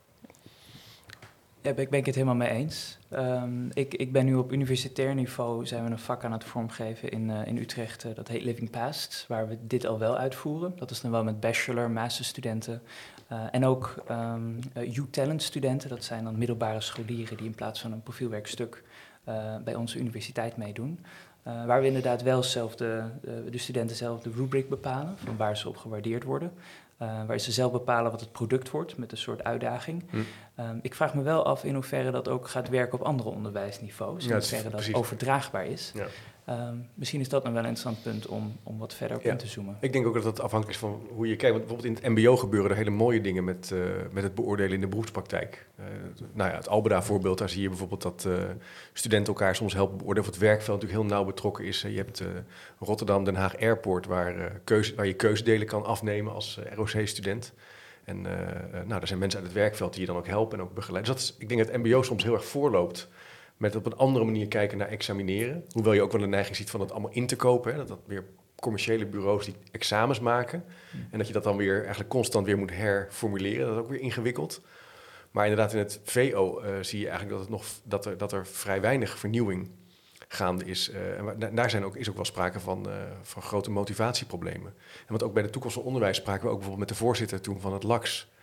Ja, ben ik, ben ik het helemaal mee eens. Um, ik, ik ben nu op universitair niveau, zijn we een vak aan het vormgeven in, uh, in Utrecht, uh, dat heet Living Past, waar we dit al wel uitvoeren. Dat is dan wel met bachelor, masterstudenten uh, en ook um, uh, U-Talent studenten. Dat zijn dan middelbare scholieren die in plaats van een profielwerkstuk uh, bij onze universiteit meedoen. Uh, waar we inderdaad wel zelf de, de, de studenten zelf de rubric bepalen, van waar ze op gewaardeerd worden. Uh, waar ze zelf bepalen wat het product wordt, met een soort uitdaging. Hm. Um, ik vraag me wel af in hoeverre dat ook gaat werken op andere onderwijsniveaus. In ja, hoeverre dat precies. overdraagbaar is. Ja. Um, misschien is dat dan wel een interessant punt om, om wat verder op ja. in te zoomen. Ik denk ook dat het afhankelijk is van hoe je kijkt. Want bijvoorbeeld in het mbo gebeuren er hele mooie dingen met, uh, met het beoordelen in de beroepspraktijk. Uh, nou ja, het Albeda-voorbeeld, daar zie je bijvoorbeeld dat uh, studenten elkaar soms helpen beoordelen. Of het werkveld natuurlijk heel nauw betrokken is. Uh, je hebt uh, Rotterdam, Den Haag Airport, waar, uh, keuze, waar je keuzedelen kan afnemen als uh, R O C-student. En uh, uh, nou, er zijn mensen uit het werkveld die je dan ook helpen en ook begeleiden. Dus dat is, ik denk dat het mbo soms heel erg voorloopt met op een andere manier kijken naar examineren. Hoewel je ook wel een neiging ziet van dat allemaal in te kopen. Hè? Dat dat weer commerciële bureaus die examens maken. Mm. En dat je dat dan weer eigenlijk constant weer moet herformuleren. Dat is ook weer ingewikkeld. Maar inderdaad in het V O uh, zie je eigenlijk dat, het nog, dat, er, dat er vrij weinig vernieuwing gaande is. Uh, en daar zijn ook, is ook wel sprake van, uh, van grote motivatieproblemen. En want ook bij de toekomst van onderwijs spraken we ook bijvoorbeeld met de voorzitter toen van het L A X.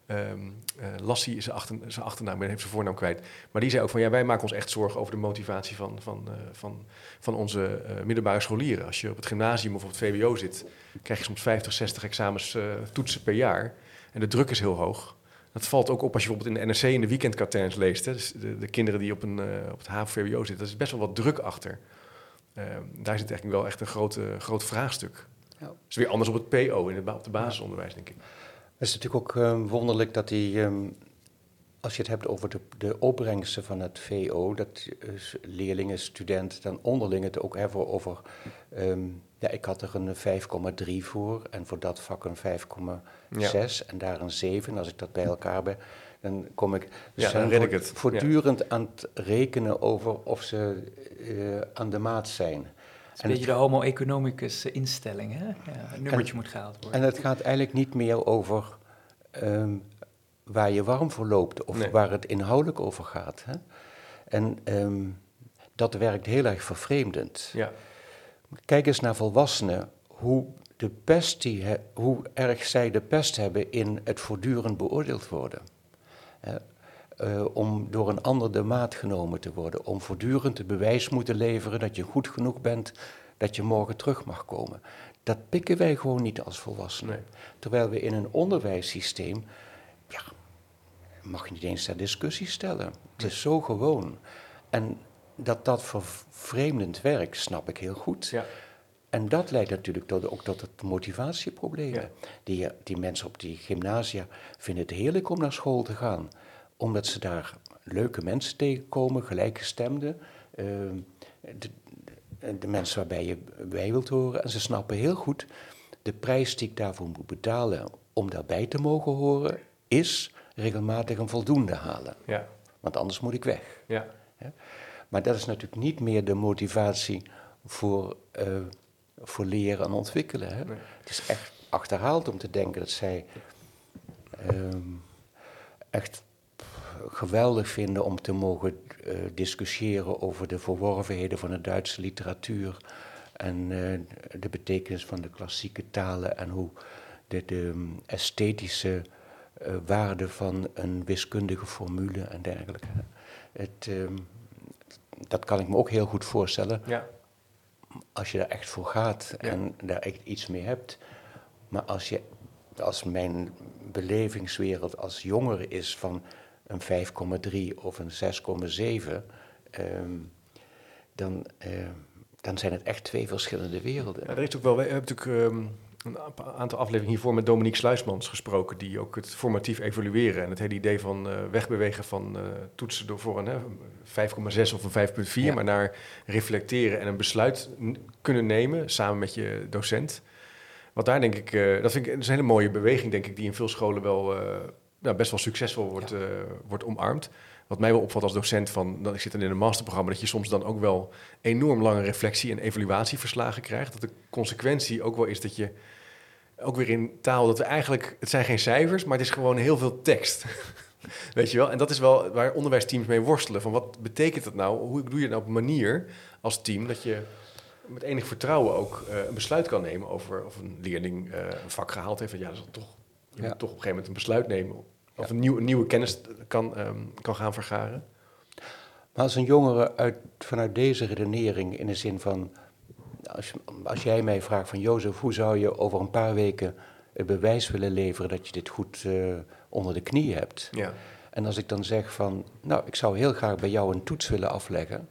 Um, uh, Lassie is zijn, achter, zijn achternaam, ik ben even zijn voornaam kwijt. Maar die zei ook van, ja, wij maken ons echt zorgen over de motivatie van, van, uh, van, van onze uh, middelbare scholieren. Als je op het gymnasium of op het V W O zit, krijg je soms vijftig, zestig examens uh, toetsen per jaar. En de druk is heel hoog. Dat valt ook op als je bijvoorbeeld in de N R C in de weekendkatern leest. Hè. Dus de, de kinderen die op, een, uh, op het H A V O V W O zitten, daar is best wel wat druk achter. Uh, daar zit eigenlijk wel echt een grote, groot vraagstuk. Ja. Dat is weer anders op het P O, in het, op het basisonderwijs, denk ik. Het is natuurlijk ook um, wonderlijk dat die, um, als je het hebt over de, de opbrengsten van het V O, dat uh, leerlingen, studenten dan onderling het ook hebben over, um, ja, ik had er een vijf komma drie voor en voor dat vak een vijf komma zes ja. en daar een zeven. Als ik dat bij elkaar ben, dan kom ik, dus ja, dan red ik het. voortdurend ja. aan het rekenen over of ze uh, aan de maat zijn. Het is een beetje de homo economicus instelling, hè? Ja, een nummertje en, moet gehaald worden. En het gaat eigenlijk niet meer over um, waar je warm voor loopt of nee. waar het inhoudelijk over gaat. Hè? En um, dat werkt heel erg vervreemdend. Ja. Kijk eens naar volwassenen, hoe, de pest die he, hoe erg zij de pest hebben in het voortdurend beoordeeld worden. Hè? Uh, om door een ander de maat genomen te worden, om voortdurend het bewijs moeten leveren dat je goed genoeg bent, dat je morgen terug mag komen. Dat pikken wij gewoon niet als volwassenen. Nee. Terwijl we in een onderwijssysteem, ja, mag je niet eens ter discussie stellen. Het is zo gewoon. En dat dat vervreemdend werkt, snap ik heel goed. Ja. En dat leidt natuurlijk tot, ook tot het motivatieproblemen. Ja. Die, die mensen op die gymnasia vinden het heerlijk om naar school te gaan, omdat ze daar leuke mensen tegenkomen, gelijkgestemden, uh, de, de mensen waarbij je bij wilt horen. En ze snappen heel goed, de prijs die ik daarvoor moet betalen om daarbij te mogen horen, is regelmatig een voldoende halen. Ja. Want anders moet ik weg. Ja. Ja? Maar dat is natuurlijk niet meer de motivatie voor, uh, voor leren en ontwikkelen. Hè? Nee. Het is echt achterhaald om te denken dat zij um, echt geweldig vinden om te mogen uh, discussiëren over de verworvenheden van de Duitse literatuur en uh, de betekenis van de klassieke talen en hoe de, de esthetische uh, waarde van een wiskundige formule en dergelijke. Het, um, dat kan ik me ook heel goed voorstellen, ja. Als je daar echt voor gaat en ja. daar echt iets mee hebt. Maar als je, als mijn belevingswereld als jongere is van een vijf komma drie of een zes komma zeven, um, dan, uh, dan zijn het echt twee verschillende werelden. Ja, er is ook wel, we hebben natuurlijk um, een aantal afleveringen hiervoor met Dominique Sluismans gesproken, die ook het formatief evalueren en het hele idee van uh, wegbewegen van uh, toetsen door voor een uh, vijf komma zes of een vijf komma vier, ja. maar naar reflecteren en een besluit n- kunnen nemen samen met je docent. Wat daar denk ik, uh, dat vind ik dat is een hele mooie beweging, denk ik, die in veel scholen wel uh, nou, best wel succesvol wordt, ja. uh, wordt omarmd. Wat mij wel opvalt als docent van, dat ik zit dan in een masterprogramma, dat je soms dan ook wel enorm lange reflectie- en evaluatieverslagen krijgt. Dat de consequentie ook wel is dat je, ook weer in taal, dat we eigenlijk, het zijn geen cijfers, maar het is gewoon heel veel tekst. Weet je wel? En dat is wel waar onderwijsteams mee worstelen. Van wat betekent dat nou? Hoe doe je het nou op een manier als team dat je met enig vertrouwen ook uh, een besluit kan nemen over of een leerling uh, een vak gehaald heeft. Want ja, dat is toch, je ja. moet toch op een gegeven moment een besluit nemen. Of ja. een, nieuw, een nieuwe kennis kan, um, kan gaan vergaren. Maar als een jongere uit, vanuit deze redenering in de zin van, als, als jij mij vraagt van Jozef, hoe zou je over een paar weken het bewijs willen leveren dat je dit goed uh, onder de knie hebt? Ja. En als ik dan zeg van, nou, ik zou heel graag bij jou een toets willen afleggen,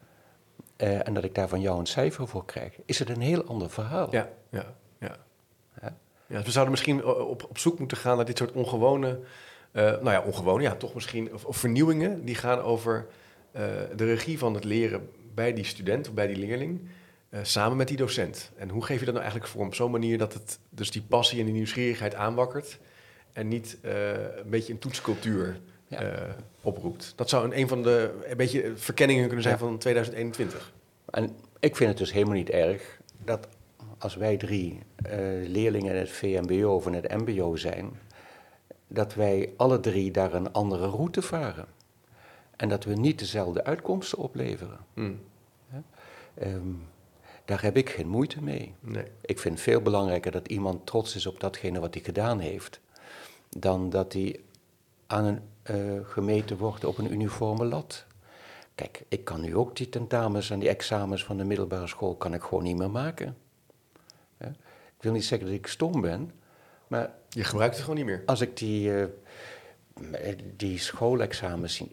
uh, en dat ik daar van jou een cijfer voor krijg, is het een heel ander verhaal. Ja, ja, ja. ja. ja dus we zouden misschien op, op zoek moeten gaan naar dit soort ongewone, uh, nou ja, ongewone, ja, toch misschien, of, of vernieuwingen die gaan over uh, de regie van het leren bij die student of bij die leerling, uh, samen met die docent. En hoe geef je dat nou eigenlijk vorm? Op zo'n manier dat het dus die passie en die nieuwsgierigheid aanwakkert en niet uh, een beetje een toetscultuur ja. uh, oproept. Dat zou een, een van de een beetje verkenningen kunnen zijn ja. van tweeduizend eenentwintig. En ik vind het dus helemaal niet erg dat als wij drie uh, leerlingen in het V M B O of in het M B O zijn, dat wij alle drie daar een andere route varen. En dat we niet dezelfde uitkomsten opleveren. Hmm. Ja? Um, daar heb ik geen moeite mee. Nee. Ik vind het veel belangrijker dat iemand trots is op datgene wat hij gedaan heeft, dan dat die aan een, uh, gemeten wordt op een uniforme lat. Kijk, ik kan nu ook die tentamens en die examens van de middelbare school kan ik gewoon niet meer maken. Ja? Ik wil niet zeggen dat ik stom ben, maar... Je gebruikt het gewoon niet meer. Als ik die, uh, die schoolexamens zie,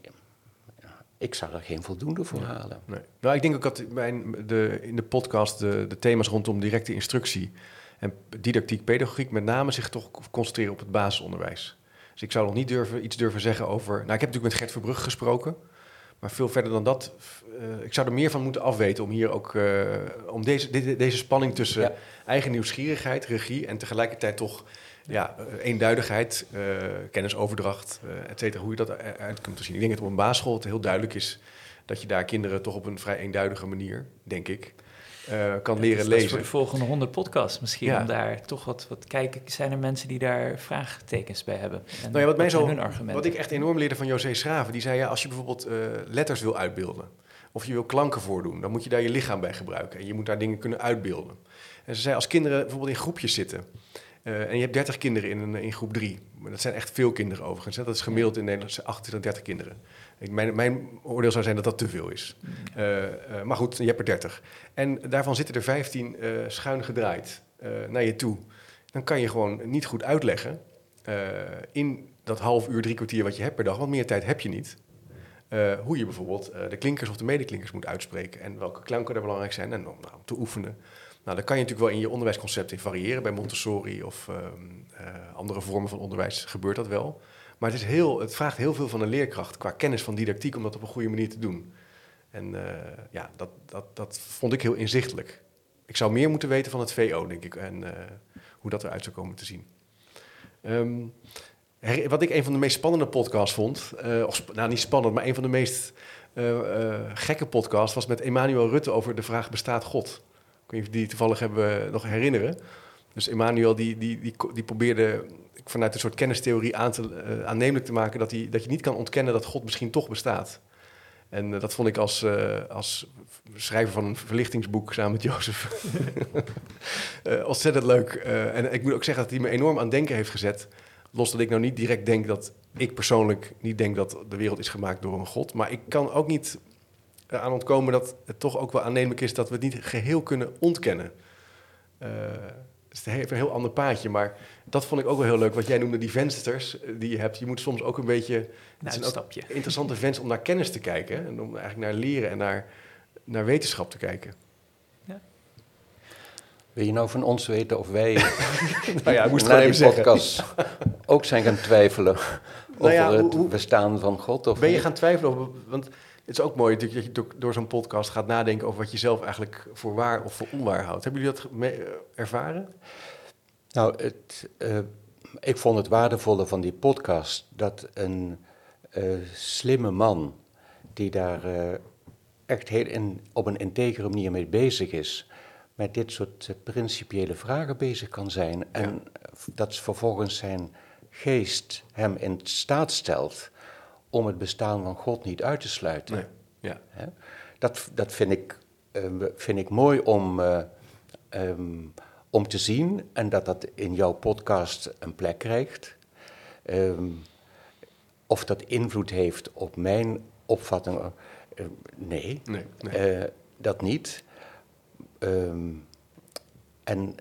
ik zou er geen voldoende voor nee, halen. Nee. Nou, ik denk ook dat mijn, de, in de podcast de, de thema's rondom directe instructie en didactiek, pedagogiek met name zich toch concentreren op het basisonderwijs. Dus ik zou nog niet durven, iets durven zeggen over... Nou, ik heb natuurlijk met Gert Verbrugge gesproken, maar veel verder dan dat... Uh, ik zou er meer van moeten afweten om hier ook... Uh, om deze, de, deze spanning tussen ja. eigen nieuwsgierigheid, regie en tegelijkertijd toch... Ja, uh, eenduidigheid, uh, kennisoverdracht, uh, et cetera, hoe je dat uit kunt zien. Ik denk dat op een basisschool het heel duidelijk is dat je daar kinderen toch op een vrij eenduidige manier, denk ik, uh, kan ja, leren dat is, lezen. Dat is voor de volgende honderd podcasts misschien, ja. om daar toch wat, wat kijken. Zijn er mensen die daar vraagtekens bij hebben? En nou ja, wat, mij zo, hun argumenten? wat ik echt enorm leerde van José Schraven, die zei, ja, als je bijvoorbeeld uh, letters wil uitbeelden, of je wil klanken voordoen, dan moet je daar je lichaam bij gebruiken. En je moet daar dingen kunnen uitbeelden. En ze zei, als kinderen bijvoorbeeld in groepjes zitten... Uh, en je hebt dertig kinderen in, een, in groep drie. Dat zijn echt veel kinderen overigens. Hè? Dat is gemiddeld in Nederland achtentwintig, dertig kinderen. Ik, mijn, mijn oordeel zou zijn dat dat te veel is. Uh, uh, maar goed, je hebt er dertig. En daarvan zitten er vijftien uh, schuin gedraaid uh, naar je toe. Dan kan je gewoon niet goed uitleggen... Uh, in dat half uur, drie kwartier wat je hebt per dag... want meer tijd heb je niet... Uh, hoe je bijvoorbeeld uh, de klinkers of de medeklinkers moet uitspreken... en welke klanken er belangrijk zijn en om, nou, om te oefenen... Nou, daar kan je natuurlijk wel in je onderwijsconcept in variëren. Bij Montessori of uh, uh, andere vormen van onderwijs gebeurt dat wel. Maar het, is heel, het vraagt heel veel van een leerkracht qua kennis van didactiek om dat op een goede manier te doen. En uh, ja, dat, dat, dat vond ik heel inzichtelijk. Ik zou meer moeten weten van het V O, denk ik, en uh, hoe dat eruit zou komen te zien. Um, her, wat ik een van de meest spannende podcasts vond, uh, of sp- nou niet spannend, maar een van de meest uh, uh, gekke podcasts was met Emmanuel Rutte over de vraag: bestaat God? Ik weet niet of die toevallig hebben nog herinneren. Dus Emmanuel die, die, die, die probeerde vanuit een soort kennistheorie aan te, uh, aannemelijk te maken... Dat, die, dat je niet kan ontkennen dat God misschien toch bestaat. En uh, dat vond ik als, uh, als schrijver van een verlichtingsboek samen met Jozef uh, ontzettend leuk. Uh, en ik moet ook zeggen dat hij me enorm aan denken heeft gezet. Los dat ik nou niet direct denk dat... Ik persoonlijk niet denk dat de wereld is gemaakt door een God. Maar ik kan ook niet... aan ontkomen dat het toch ook wel aannemelijk is... dat we het niet geheel kunnen ontkennen. Uh, het is een heel, een heel ander paadje, maar dat vond ik ook wel heel leuk. Wat jij noemde, die vensters die je hebt. Je moet soms ook een beetje... Een uitstapje. Een interessante venster om naar kennis te kijken. Hè? En om eigenlijk naar leren en naar, naar wetenschap te kijken. Ja. Wil je nou van ons weten of wij... nou ja, ik moest na gewoon die even podcast ook zijn gaan twijfelen... nou ja, over hoe, het hoe, bestaan van God? Of ben je niet? gaan twijfelen over... Want het is ook mooi dat je door, door zo'n podcast gaat nadenken... over wat je zelf eigenlijk voor waar of voor onwaar houdt. Hebben jullie dat mee, uh, ervaren? Nou, het, uh, ik vond het waardevolle van die podcast... dat een uh, slimme man die daar uh, echt heel in, op een integere manier mee bezig is... met dit soort uh, principiële vragen bezig kan zijn... Ja. en dat vervolgens zijn geest hem in staat stelt... om het bestaan van God niet uit te sluiten. Nee. Ja. He? Dat, dat vind, ik, uh, vind ik mooi om, uh, um, om te zien... en dat dat in jouw podcast een plek krijgt. Um, of dat invloed heeft op mijn opvatting... Uh, nee, nee, nee. Uh, dat niet. Um, en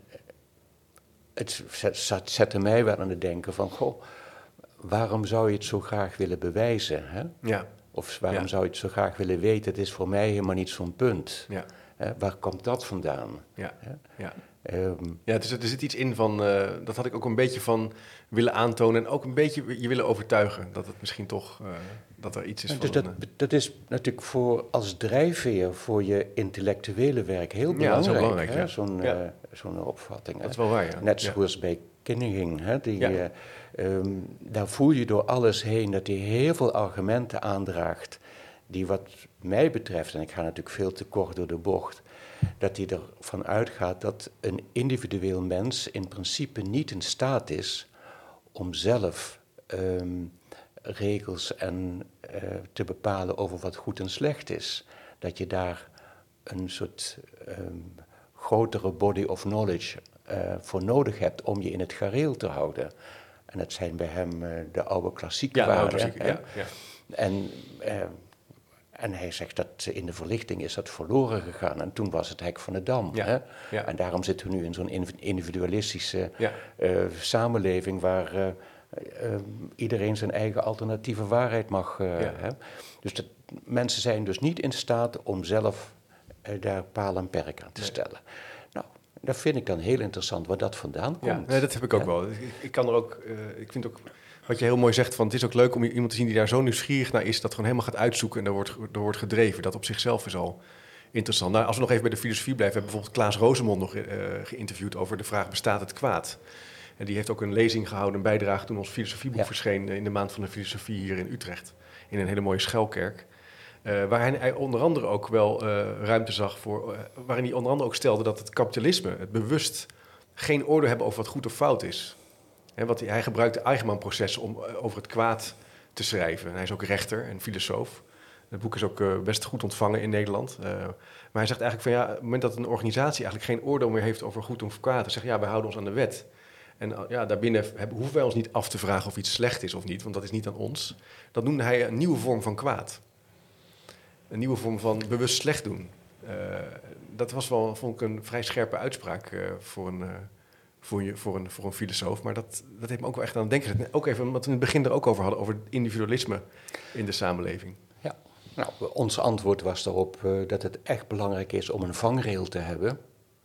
het zet, zette mij wel aan het denken van... goh, waarom zou je het zo graag willen bewijzen? Hè? Ja. Of waarom ja. zou je het zo graag willen weten? Het is voor mij helemaal niet zo'n punt. Ja. Hè? Waar komt dat vandaan? Ja, Hè? ja. Um, ja dus er zit iets in van... Uh, dat had ik ook een beetje van willen aantonen... en ook een beetje je willen overtuigen... dat het misschien toch... Uh, dat er iets is dus van... dat, een, uh, dat is natuurlijk voor, als drijfveer voor je intellectuele werk heel belangrijk. Ja, dat is heel belangrijk, hè? ja. Zo'n, ja. uh, zo'n opvatting. Dat is wel waar, ja. Net ja. zoals bij Kinniging. Hè? Die, ja. uh, um, daar voel je door alles heen dat hij heel veel argumenten aandraagt... die wat mij betreft, en ik ga natuurlijk veel te kort door de bocht... dat hij ervan uitgaat dat een individueel mens in principe niet in staat is... om zelf um, regels en, uh, te bepalen over wat goed en slecht is. Dat je daar een soort um, grotere body of knowledge uh, voor nodig hebt... om je in het gareel te houden... En dat zijn bij hem uh, de oude klassieke ja, waarden. Klassieke, ja, ja. En, uh, en hij zegt dat in de verlichting is dat verloren gegaan. En toen was het hek van de Dam. Ja, Hè? ja. En daarom zitten we nu in zo'n individualistische ja. uh, samenleving waar uh, uh, iedereen zijn eigen alternatieve waarheid mag uh, ja. hè? Dus dat, mensen zijn dus niet in staat om zelf uh, daar paal en perk aan te nee. stellen. Nou, dat vind ik dan heel interessant waar dat vandaan komt. Ja, nee, dat heb ik ook ja. wel. Ik, ik kan er ook, uh, ik vind ook, wat je heel mooi zegt, van het is ook leuk om iemand te zien die daar zo nieuwsgierig naar is, dat gewoon helemaal gaat uitzoeken en daar wordt, daar wordt gedreven. Dat op zichzelf is al interessant. Nou, als we nog even bij de filosofie blijven, hebben we bijvoorbeeld Klaas Rosemond nog uh, geïnterviewd over de vraag, bestaat het kwaad? En die heeft ook een lezing gehouden, een bijdrage toen ons filosofieboek ja. verscheen in de maand van de filosofie hier in Utrecht, in een hele mooie schuilkerk. Uh, waar hij onder andere ook wel uh, ruimte zag voor, uh, waarin hij onder andere ook stelde dat het kapitalisme, het bewust geen oordeel hebben over wat goed of fout is. He, wat hij, hij gebruikt de Eichmann-processen om uh, over het kwaad te schrijven. En hij is ook rechter en filosoof. Het boek is ook uh, best goed ontvangen in Nederland. Uh, maar hij zegt eigenlijk van ja, op het moment dat een organisatie eigenlijk geen oordeel meer heeft over goed of kwaad, dan zegt ja, wij houden ons aan de wet. En uh, ja, daarbinnen hebben, hoeven wij ons niet af te vragen of iets slecht is of niet, want dat is niet aan ons. Dat noemde hij een nieuwe vorm van kwaad. Een nieuwe vorm van bewust slecht doen. Uh, dat was wel, vond ik, een vrij scherpe uitspraak uh, voor, een, uh, voor, je, voor, een, voor een filosoof. Maar dat, dat heeft me ook wel echt aan het denken gezet. Ook even, wat we in het begin er ook over hadden, over individualisme in de samenleving. Ja, nou, ons antwoord was daarop uh, dat het echt belangrijk is om een vangrail te hebben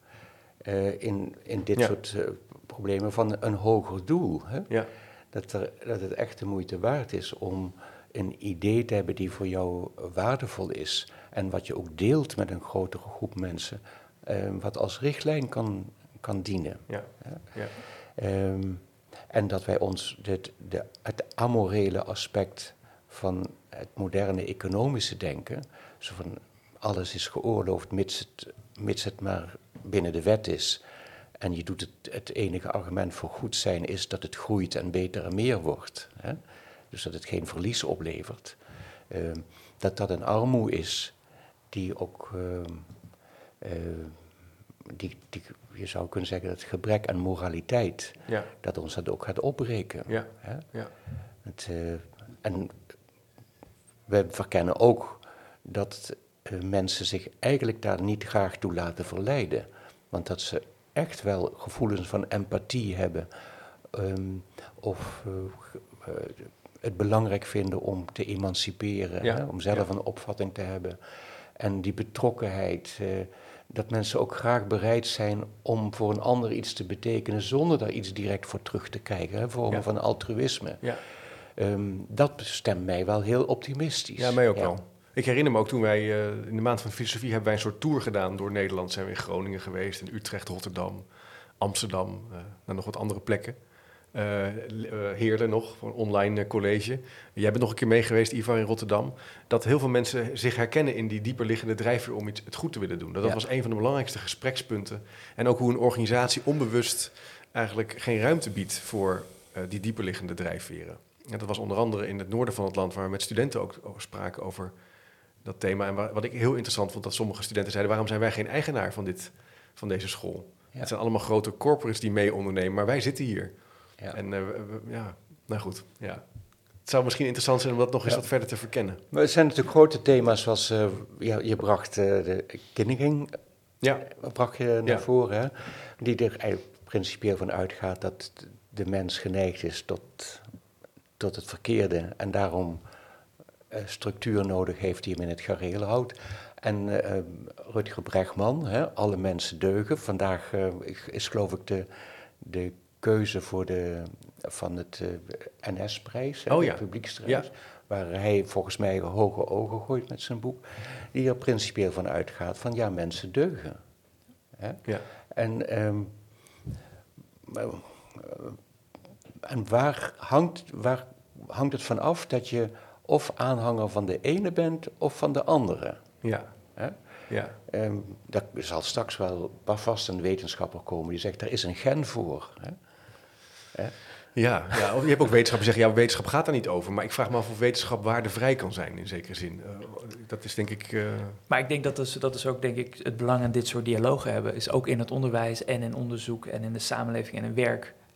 uh, in, in dit ja. soort uh, problemen van een hoger doel. Hè? Ja. Dat, er, dat het echt de moeite waard is om een idee te hebben die voor jou waardevol is en wat je ook deelt met een grotere groep mensen, uh, wat als richtlijn kan, kan dienen. Ja. Ja. Um, en dat wij ons dit, de, het amorele aspect van het moderne economische denken, zo van alles is geoorloofd mits het, mits het maar binnen de wet is, en je doet het, het enige argument voor goed zijn is dat het groeit en beter en meer wordt, hè? Dus dat het geen verlies oplevert, uh, dat dat een armoe is die ook, uh, uh, die, die, je zou kunnen zeggen dat gebrek aan moraliteit, ja. dat ons dat ook gaat opbreken. Ja. Hè? Ja. Het, uh, en we verkennen ook dat uh, mensen zich eigenlijk daar niet graag toe laten verleiden, want dat ze echt wel gevoelens van empathie hebben, um, of uh, uh, het belangrijk vinden om te emanciperen, ja, hè, om zelf ja. een opvatting te hebben. En die betrokkenheid, uh, dat mensen ook graag bereid zijn om voor een ander iets te betekenen zonder daar iets direct voor terug te krijgen, hè, vormen ja. van altruïsme. Ja. Um, dat stemt mij wel heel optimistisch. Ja, mij ook ja. wel. Ik herinner me ook toen wij uh, in de maand van de filosofie hebben wij een soort tour gedaan door Nederland. Zijn we in Groningen geweest, in Utrecht, Rotterdam, Amsterdam, uh, naar nog wat andere plekken. Uh, uh, Heerlen nog, voor een online uh, college. Jij bent nog een keer mee geweest, Ivar, in Rotterdam. Dat heel veel mensen zich herkennen in die dieperliggende drijfveer om iets, het goed te willen doen. Dat, ja. dat was een van de belangrijkste gesprekspunten. En ook hoe een organisatie onbewust eigenlijk geen ruimte biedt voor uh, die dieperliggende drijfveren. En dat was onder andere in het noorden van het land, waar we met studenten ook over spraken over dat thema. En waar, wat ik heel interessant vond, dat sommige studenten zeiden, waarom zijn wij geen eigenaar van, dit, van deze school? Ja. Het zijn allemaal grote corporates die mee ondernemen, maar wij zitten hier. Ja. En uh, we, ja, nou goed, ja. Het zou misschien interessant zijn om dat nog eens ja. wat verder te verkennen. Maar het zijn natuurlijk grote thema's zoals, uh, ja, je bracht uh, de kindering ja. bracht je naar ja. voren, hè? Die er eigenlijk principieel van uitgaat dat de mens geneigd is tot, tot het verkeerde en daarom uh, structuur nodig heeft die hem in het gareel houdt. En uh, Rutger Bregman, hè, alle mensen deugen. Vandaag uh, is geloof ik de, de keuze voor de, van het uh, N S-prijs, oh, de ja. publieksprijs, ja. waar hij volgens mij hoge ogen gooit met zijn boek, die er principieel van uitgaat van ja, mensen deugen. Hè? Ja. En, um, uh, en waar, hangt, waar hangt het van af dat je of aanhanger van de ene bent of van de andere? Ja. Hè? Ja. Um, daar zal straks wel vast een wetenschapper komen die zegt, er is een gen voor. Hè? Hè? Ja, ja, je hebt ook wetenschappers die zeggen, ja, wetenschap gaat daar niet over. Maar ik vraag me af of wetenschap waardevrij kan zijn, in zekere zin. Uh, dat is denk ik... Uh... Maar ik denk dat is, dat is ook denk ik het belang aan dit soort dialogen hebben. Is ook in het onderwijs en in onderzoek en in de samenleving en in werk.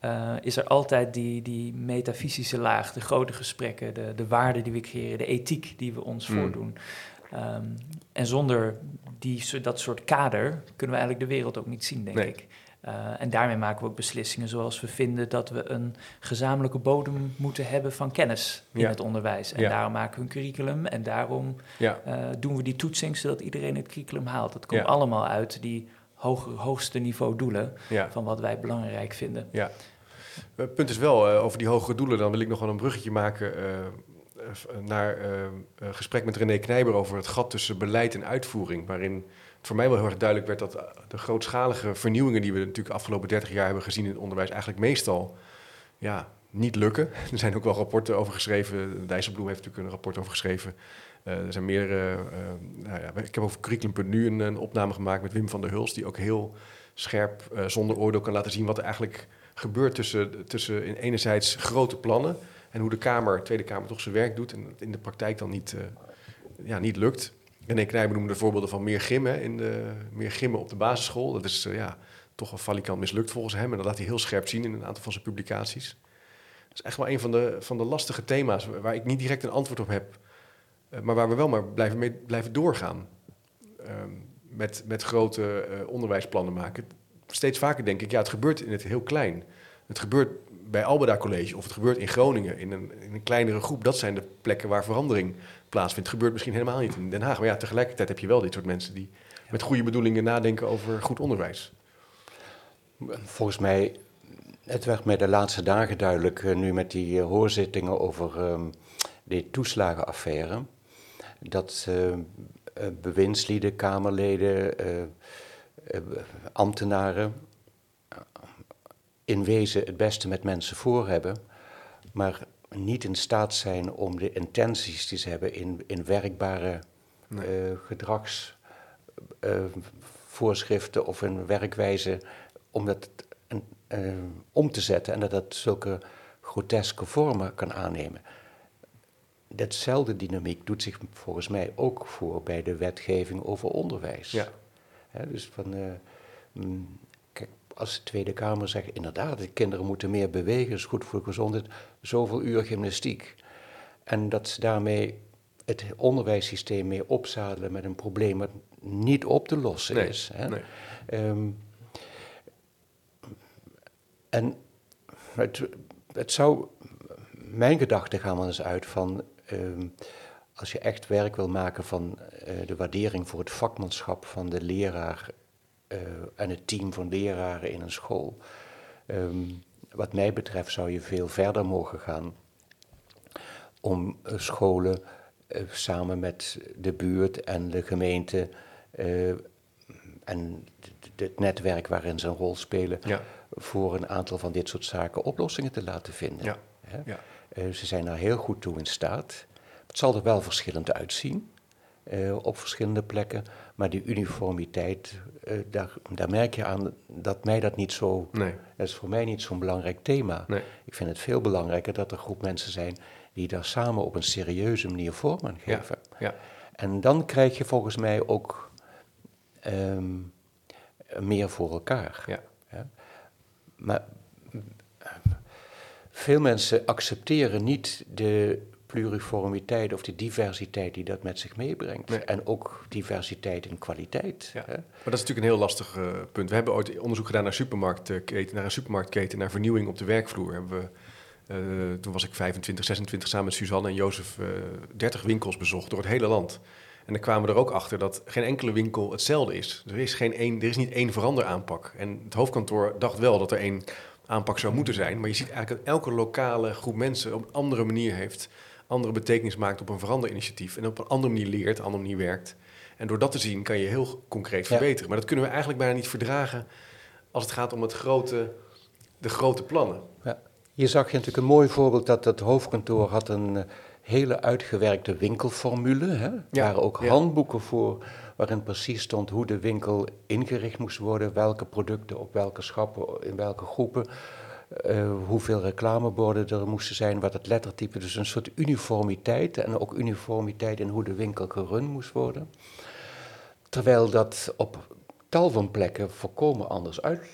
uh, is er altijd die, die metafysische laag, de grote gesprekken, de, de waarden die we creëren, de ethiek die we ons mm. voordoen. Um, en zonder die, dat soort kader kunnen we eigenlijk de wereld ook niet zien, denk nee. ik. Uh, en daarmee maken we ook beslissingen zoals we vinden dat we een gezamenlijke bodem moeten hebben van kennis in ja. het onderwijs. En ja. daarom maken we een curriculum en daarom ja. uh, doen we die toetsing zodat iedereen het curriculum haalt. Dat komt ja. allemaal uit die hoog, hoogste niveau doelen ja. van wat wij belangrijk vinden. Ja. Het punt is wel, uh, over die hogere doelen, dan wil ik nog wel een bruggetje maken uh, naar uh, een gesprek met René Knijber over het gat tussen beleid en uitvoering, waarin voor mij wel heel erg duidelijk werd dat de grootschalige vernieuwingen die we natuurlijk de afgelopen dertig jaar hebben gezien in het onderwijs eigenlijk meestal ja, niet lukken. Er zijn ook wel rapporten over geschreven. Dijsselbloem heeft natuurlijk een rapport over geschreven. Uh, er zijn meer. Uh, uh, nou ja, ik heb over Curriculum punt nu een, een opname gemaakt met Wim van der Hulst, die ook heel scherp, uh, zonder oordeel kan laten zien wat er eigenlijk gebeurt tussen, tussen in enerzijds grote plannen en hoe de Kamer, de Tweede Kamer toch zijn werk doet en het in de praktijk dan niet, uh, ja, niet lukt. René Knijber noemde de voorbeelden van meer gymmen, in de, meer gymmen op de basisschool. Dat is uh, ja, toch wel valikant mislukt volgens hem. En dat laat hij heel scherp zien in een aantal van zijn publicaties. Dat is echt wel een van de, van de lastige thema's waar ik niet direct een antwoord op heb. Uh, maar waar we wel maar blijven, mee, blijven doorgaan. Uh, met, met grote uh, onderwijsplannen maken. Steeds vaker denk ik, ja, het gebeurt in het heel klein. Het gebeurt bij Albeda College of het gebeurt in Groningen in een, in een kleinere groep. Dat zijn de plekken waar verandering plaatsvindt. Het gebeurt misschien helemaal niet in Den Haag. Maar ja, tegelijkertijd heb je wel dit soort mensen die met goede bedoelingen nadenken over goed onderwijs. Volgens mij, het werd mij de laatste dagen duidelijk, uh, nu met die uh, hoorzittingen over um, de toeslagenaffaire, dat uh, uh, bewindslieden, Kamerleden, uh, uh, ambtenaren in wezen het beste met mensen voor hebben, maar niet in staat zijn om de intenties die ze hebben in, in werkbare nee. uh, gedragsvoorschriften uh, of in werkwijze om dat uh, om te zetten en dat dat zulke groteske vormen kan aannemen. Datzelfde dynamiek doet zich volgens mij ook voor bij de wetgeving over onderwijs. Ja. He, dus van, uh, mm, kijk, als de Tweede Kamer zegt, inderdaad, de kinderen moeten meer bewegen, is goed voor de gezondheid, zoveel uur gymnastiek. En dat ze daarmee het onderwijssysteem mee opzadelen met een probleem wat niet op te lossen nee, is. Hè? Nee. Um, en het, het zou, mijn gedachten gaan wel eens uit van, um, als je echt werk wil maken van uh, de waardering voor het vakmanschap van de leraar uh, en het team van leraren in een school. Um, wat mij betreft zou je veel verder mogen gaan om uh, scholen uh, samen met de buurt en de gemeente uh, en het netwerk waarin ze een rol spelen, ja. voor een aantal van dit soort zaken oplossingen te laten vinden. Ja. Hè? Ja. Uh, ze zijn daar heel goed toe in staat. Het zal er wel verschillend uitzien uh, op verschillende plekken, maar die uniformiteit, uh, daar, daar merk je aan dat mij dat niet zo, nee. dat is voor mij niet zo'n belangrijk thema. Nee. Ik vind het veel belangrijker dat er een groep mensen zijn die daar samen op een serieuze manier vorm aan geven. Ja. Ja. En dan krijg je volgens mij ook um, meer voor elkaar. Ja. Ja? Maar veel mensen accepteren niet de pluriformiteit of de diversiteit die dat met zich meebrengt. Nee. En ook diversiteit in kwaliteit. Ja. Hè? Maar dat is natuurlijk een heel lastig uh, punt. We hebben ooit onderzoek gedaan naar, supermarktketen, naar een supermarktketen, naar vernieuwing op de werkvloer. Hebben we, uh, toen was ik vijfentwintig, zesentwintig samen met Suzanne en Jozef uh, dertig winkels bezocht door het hele land. En dan kwamen we er ook achter dat geen enkele winkel hetzelfde is. Er is, geen één, er is niet één veranderaanpak. En het hoofdkantoor dacht wel dat er één aanpak zou moeten zijn. Maar je ziet eigenlijk dat elke lokale groep mensen op een andere manier heeft, andere betekenis maakt op een veranderinitiatief. En op een andere manier leert, een andere manier werkt. En door dat te zien kan je heel concreet verbeteren. Ja. Maar dat kunnen we eigenlijk bijna niet verdragen als het gaat om het grote, de grote plannen. Ja. Hier zag je natuurlijk een mooi voorbeeld dat het hoofdkantoor had een hele uitgewerkte winkelformule. Hè? Er ja, waren ook ja. handboeken voor waarin precies stond hoe de winkel ingericht moest worden, welke producten op welke schappen, in welke groepen, uh, hoeveel reclameborden er moesten zijn, wat het lettertype, dus een soort uniformiteit en ook uniformiteit in hoe de winkel gerund moest worden. Terwijl dat op tal van plekken volkomen anders uit,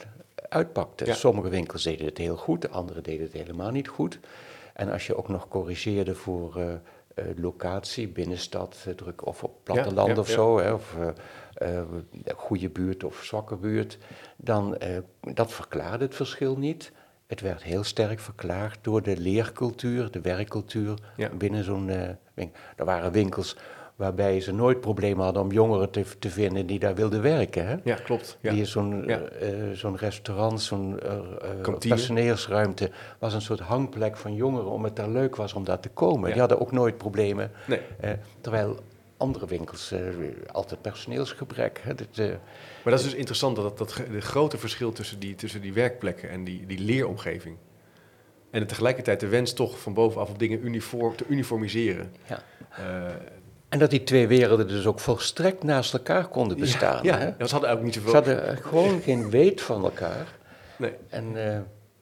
uitpakte. Ja. Sommige winkels deden het heel goed, andere deden het helemaal niet goed. En als je ook nog corrigeerde voor uh, uh, locatie, binnenstad, uh, druk of op platteland ja, ja, of ja. zo, hè, of uh, uh, goede buurt of zwakke buurt, dan uh, dat verklaarde het verschil niet. Het werd heel sterk verklaard door de leercultuur, de werkcultuur Ja. binnen zo'n uh, winkel. Er waren winkels waarbij ze nooit problemen hadden om jongeren te, te vinden die daar wilden werken. Hè? Ja, klopt. Ja. Die zo'n, Ja. uh, zo'n restaurant, zo'n uh, Kantine. personeelsruimte was een soort hangplek van jongeren om het daar leuk was om daar te komen. Ja. Die hadden ook nooit problemen. Nee. Uh, terwijl andere winkels uh, altijd personeelsgebrek. Hè? Dit, uh, Maar dat is dus interessant, dat, dat de grote verschil tussen die, tussen die werkplekken en die, die leeromgeving. En tegelijkertijd de wens toch van bovenaf op dingen uniform, te uniformiseren. ja. Uh, En dat die twee werelden dus ook volstrekt naast elkaar konden bestaan. Ja, hè? ja, ze hadden ook niet zoveel... Ze hadden gewoon geen weet van elkaar. Nee. En, uh,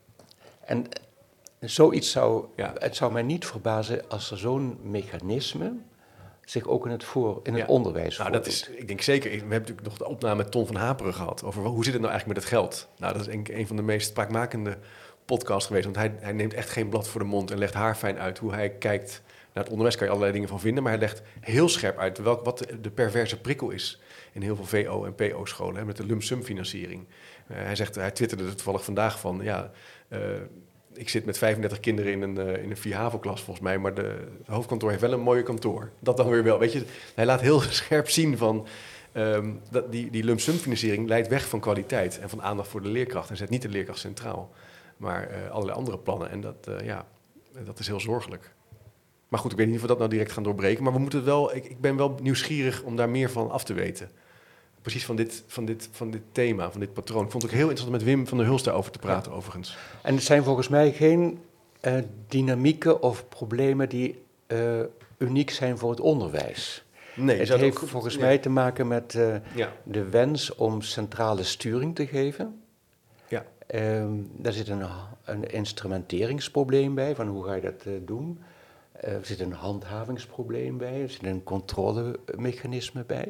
en zoiets zou... Ja. Het zou mij niet verbazen als er zo'n mechanisme zich ook in het, voor, in het Ja. onderwijs Nou, voordoet. dat is, ik denk zeker... We hebben natuurlijk nog de opname met Ton van Haperen gehad... over hoe zit het nou eigenlijk met het geld? Nou, dat is een, een van de meest spraakmakende podcasts geweest... want hij, hij neemt echt geen blad voor de mond... en legt haarfijn uit hoe hij kijkt... naar het onderwijs. Kan je allerlei dingen van vinden... maar hij legt heel scherp uit welk, wat de, de perverse prikkel is... in heel veel V O- en P O-scholen... Hè, met de lump sum financiering. Uh, hij, zegt, hij twitterde er toevallig vandaag van... ja. Uh, Ik zit met vijfendertig kinderen in een, uh, in een vier HAVO-klas volgens mij... maar de, het hoofdkantoor heeft wel een mooie kantoor. Dat dan weer wel. Weet je, hij laat heel scherp zien van... Um, dat die, die lump sum financiering leidt weg van kwaliteit... en van aandacht voor de leerkracht. En zet niet de leerkracht centraal. Maar uh, allerlei andere plannen. En dat, uh, ja, dat is heel zorgelijk. Maar goed, ik weet niet of we dat nou direct gaan doorbreken... maar we moeten het wel, ik, ik ben wel nieuwsgierig om daar meer van af te weten... Precies van dit, van, dit, van dit thema, van dit patroon. Ik vond het ook heel interessant met Wim van der Hulst daarover te praten, ja. overigens. En het zijn volgens mij geen uh, dynamieken of problemen die uh, uniek zijn voor het onderwijs. Nee, het heeft ook, volgens ja. mij te maken met uh, ja. de wens om centrale sturing te geven. Ja. Um, daar zit een, een instrumenteringsprobleem bij, van hoe ga je dat uh, doen. Uh, er zit een handhavingsprobleem bij, er zit een controlemechanisme bij.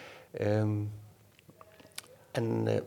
Um, en uh,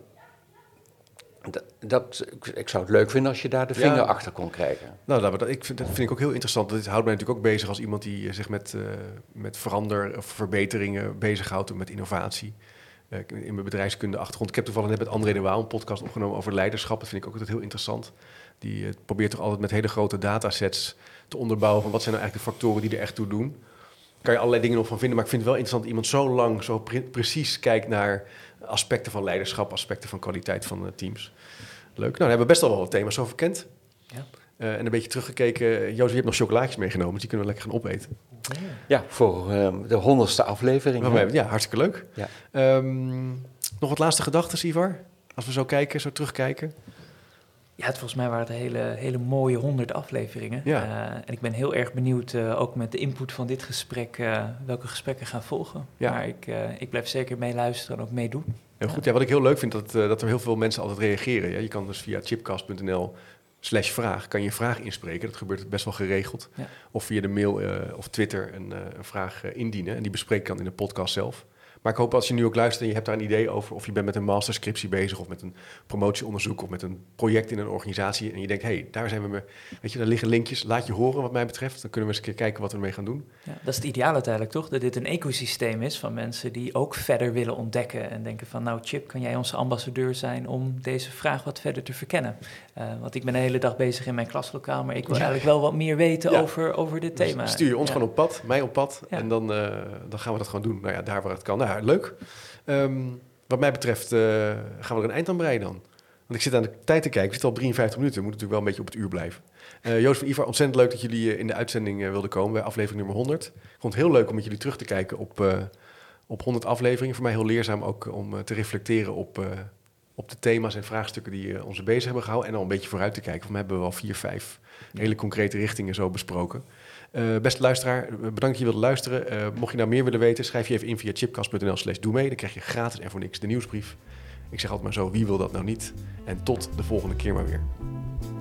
dat, dat, ik zou het leuk vinden als je daar de vinger ja. achter kon krijgen. Nou, dat, ik vind, dat vind ik ook heel interessant. Dat houdt mij natuurlijk ook bezig als iemand die zich met, uh, met verander- of verbeteringen bezighoudt, met innovatie. Uh, in mijn bedrijfskunde achtergrond. Ik heb toevallig net met André de Waal een podcast opgenomen over leiderschap. Dat vind ik ook altijd heel interessant. Die uh, probeert toch altijd met hele grote datasets te onderbouwen van wat zijn nou eigenlijk de factoren die er echt toe doen. Kan je allerlei dingen nog van vinden, maar ik vind het wel interessant dat iemand zo lang, zo pre- precies kijkt naar aspecten van leiderschap, aspecten van kwaliteit van uh, teams. Leuk. Nou, daar hebben we best al wel wat thema's over gekend. Ja. Uh, en een beetje teruggekeken. Jozef, je hebt nog chocolaatjes meegenomen, dus die kunnen we lekker gaan opeten. Ja, voor uh, de honderdste aflevering. Ja, ja, hartstikke leuk. Ja. Um, nog wat laatste gedachten, Ivar? Als we zo kijken, zo terugkijken. Ja, het, volgens mij waren het hele, hele mooie honderd afleveringen. Ja. Uh, en ik ben heel erg benieuwd, uh, ook met de input van dit gesprek, uh, welke gesprekken gaan volgen. Ja. Maar ik, uh, ik blijf zeker meeluisteren en ook meedoen. Heel goed. Ja, wat ik heel leuk vind, dat, uh, dat er heel veel mensen altijd reageren. Ja, je kan dus via chipcast punt n l slash vraag, kan je een vraag inspreken. Dat gebeurt best wel geregeld. Ja. Of via de mail uh, of Twitter een, uh, een vraag uh, indienen. En die bespreek ik dan in de podcast zelf. Maar ik hoop als je nu ook luistert en je hebt daar een idee over... of je bent met een masterscriptie bezig of met een promotieonderzoek... of met een project in een organisatie en je denkt... hé, hey, daar zijn we mee. Weet je, daar liggen linkjes. Laat je horen wat mij betreft. Dan kunnen we eens een keer kijken wat we ermee gaan doen. Ja, dat is het ideaal uiteindelijk, toch? Dat dit een ecosysteem is van mensen die ook verder willen ontdekken... en denken van, nou Chip, kan jij onze ambassadeur zijn... om deze vraag wat verder te verkennen? Uh, want ik ben de hele dag bezig in mijn klaslokaal... maar ik wil ja. eigenlijk wel wat meer weten ja. over, over dit thema. Dus stuur je ons ja. gewoon op pad, mij op pad... Ja. en dan, uh, dan gaan we dat gewoon doen. Nou ja, daar waar het kan. Nou, leuk. Um, wat mij betreft uh, gaan we er een eind aan breien dan. Want ik zit aan de tijd te kijken. We zitten al drieënvijftig minuten. We moeten natuurlijk wel een beetje op het uur blijven. Uh, Jozef en Ivar, ontzettend leuk dat jullie uh, in de uitzending uh, wilden komen... bij aflevering nummer honderd. Ik vond het heel leuk om met jullie terug te kijken op, uh, op honderd afleveringen. Voor mij heel leerzaam ook om uh, te reflecteren op, uh, op de thema's en vraagstukken... die uh, ons bezig hebben gehouden. En al een beetje vooruit te kijken. Voor mij hebben we al vier, vijf hele concrete richtingen zo besproken. Uh, beste luisteraar, bedankt dat je wilde luisteren. Uh, mocht je nou meer willen weten, schrijf je even in via chipcast punt n l slash doe mee. Dan krijg je gratis en voor niks de nieuwsbrief. Ik zeg altijd maar zo, wie wil dat nou niet? En tot de volgende keer maar weer.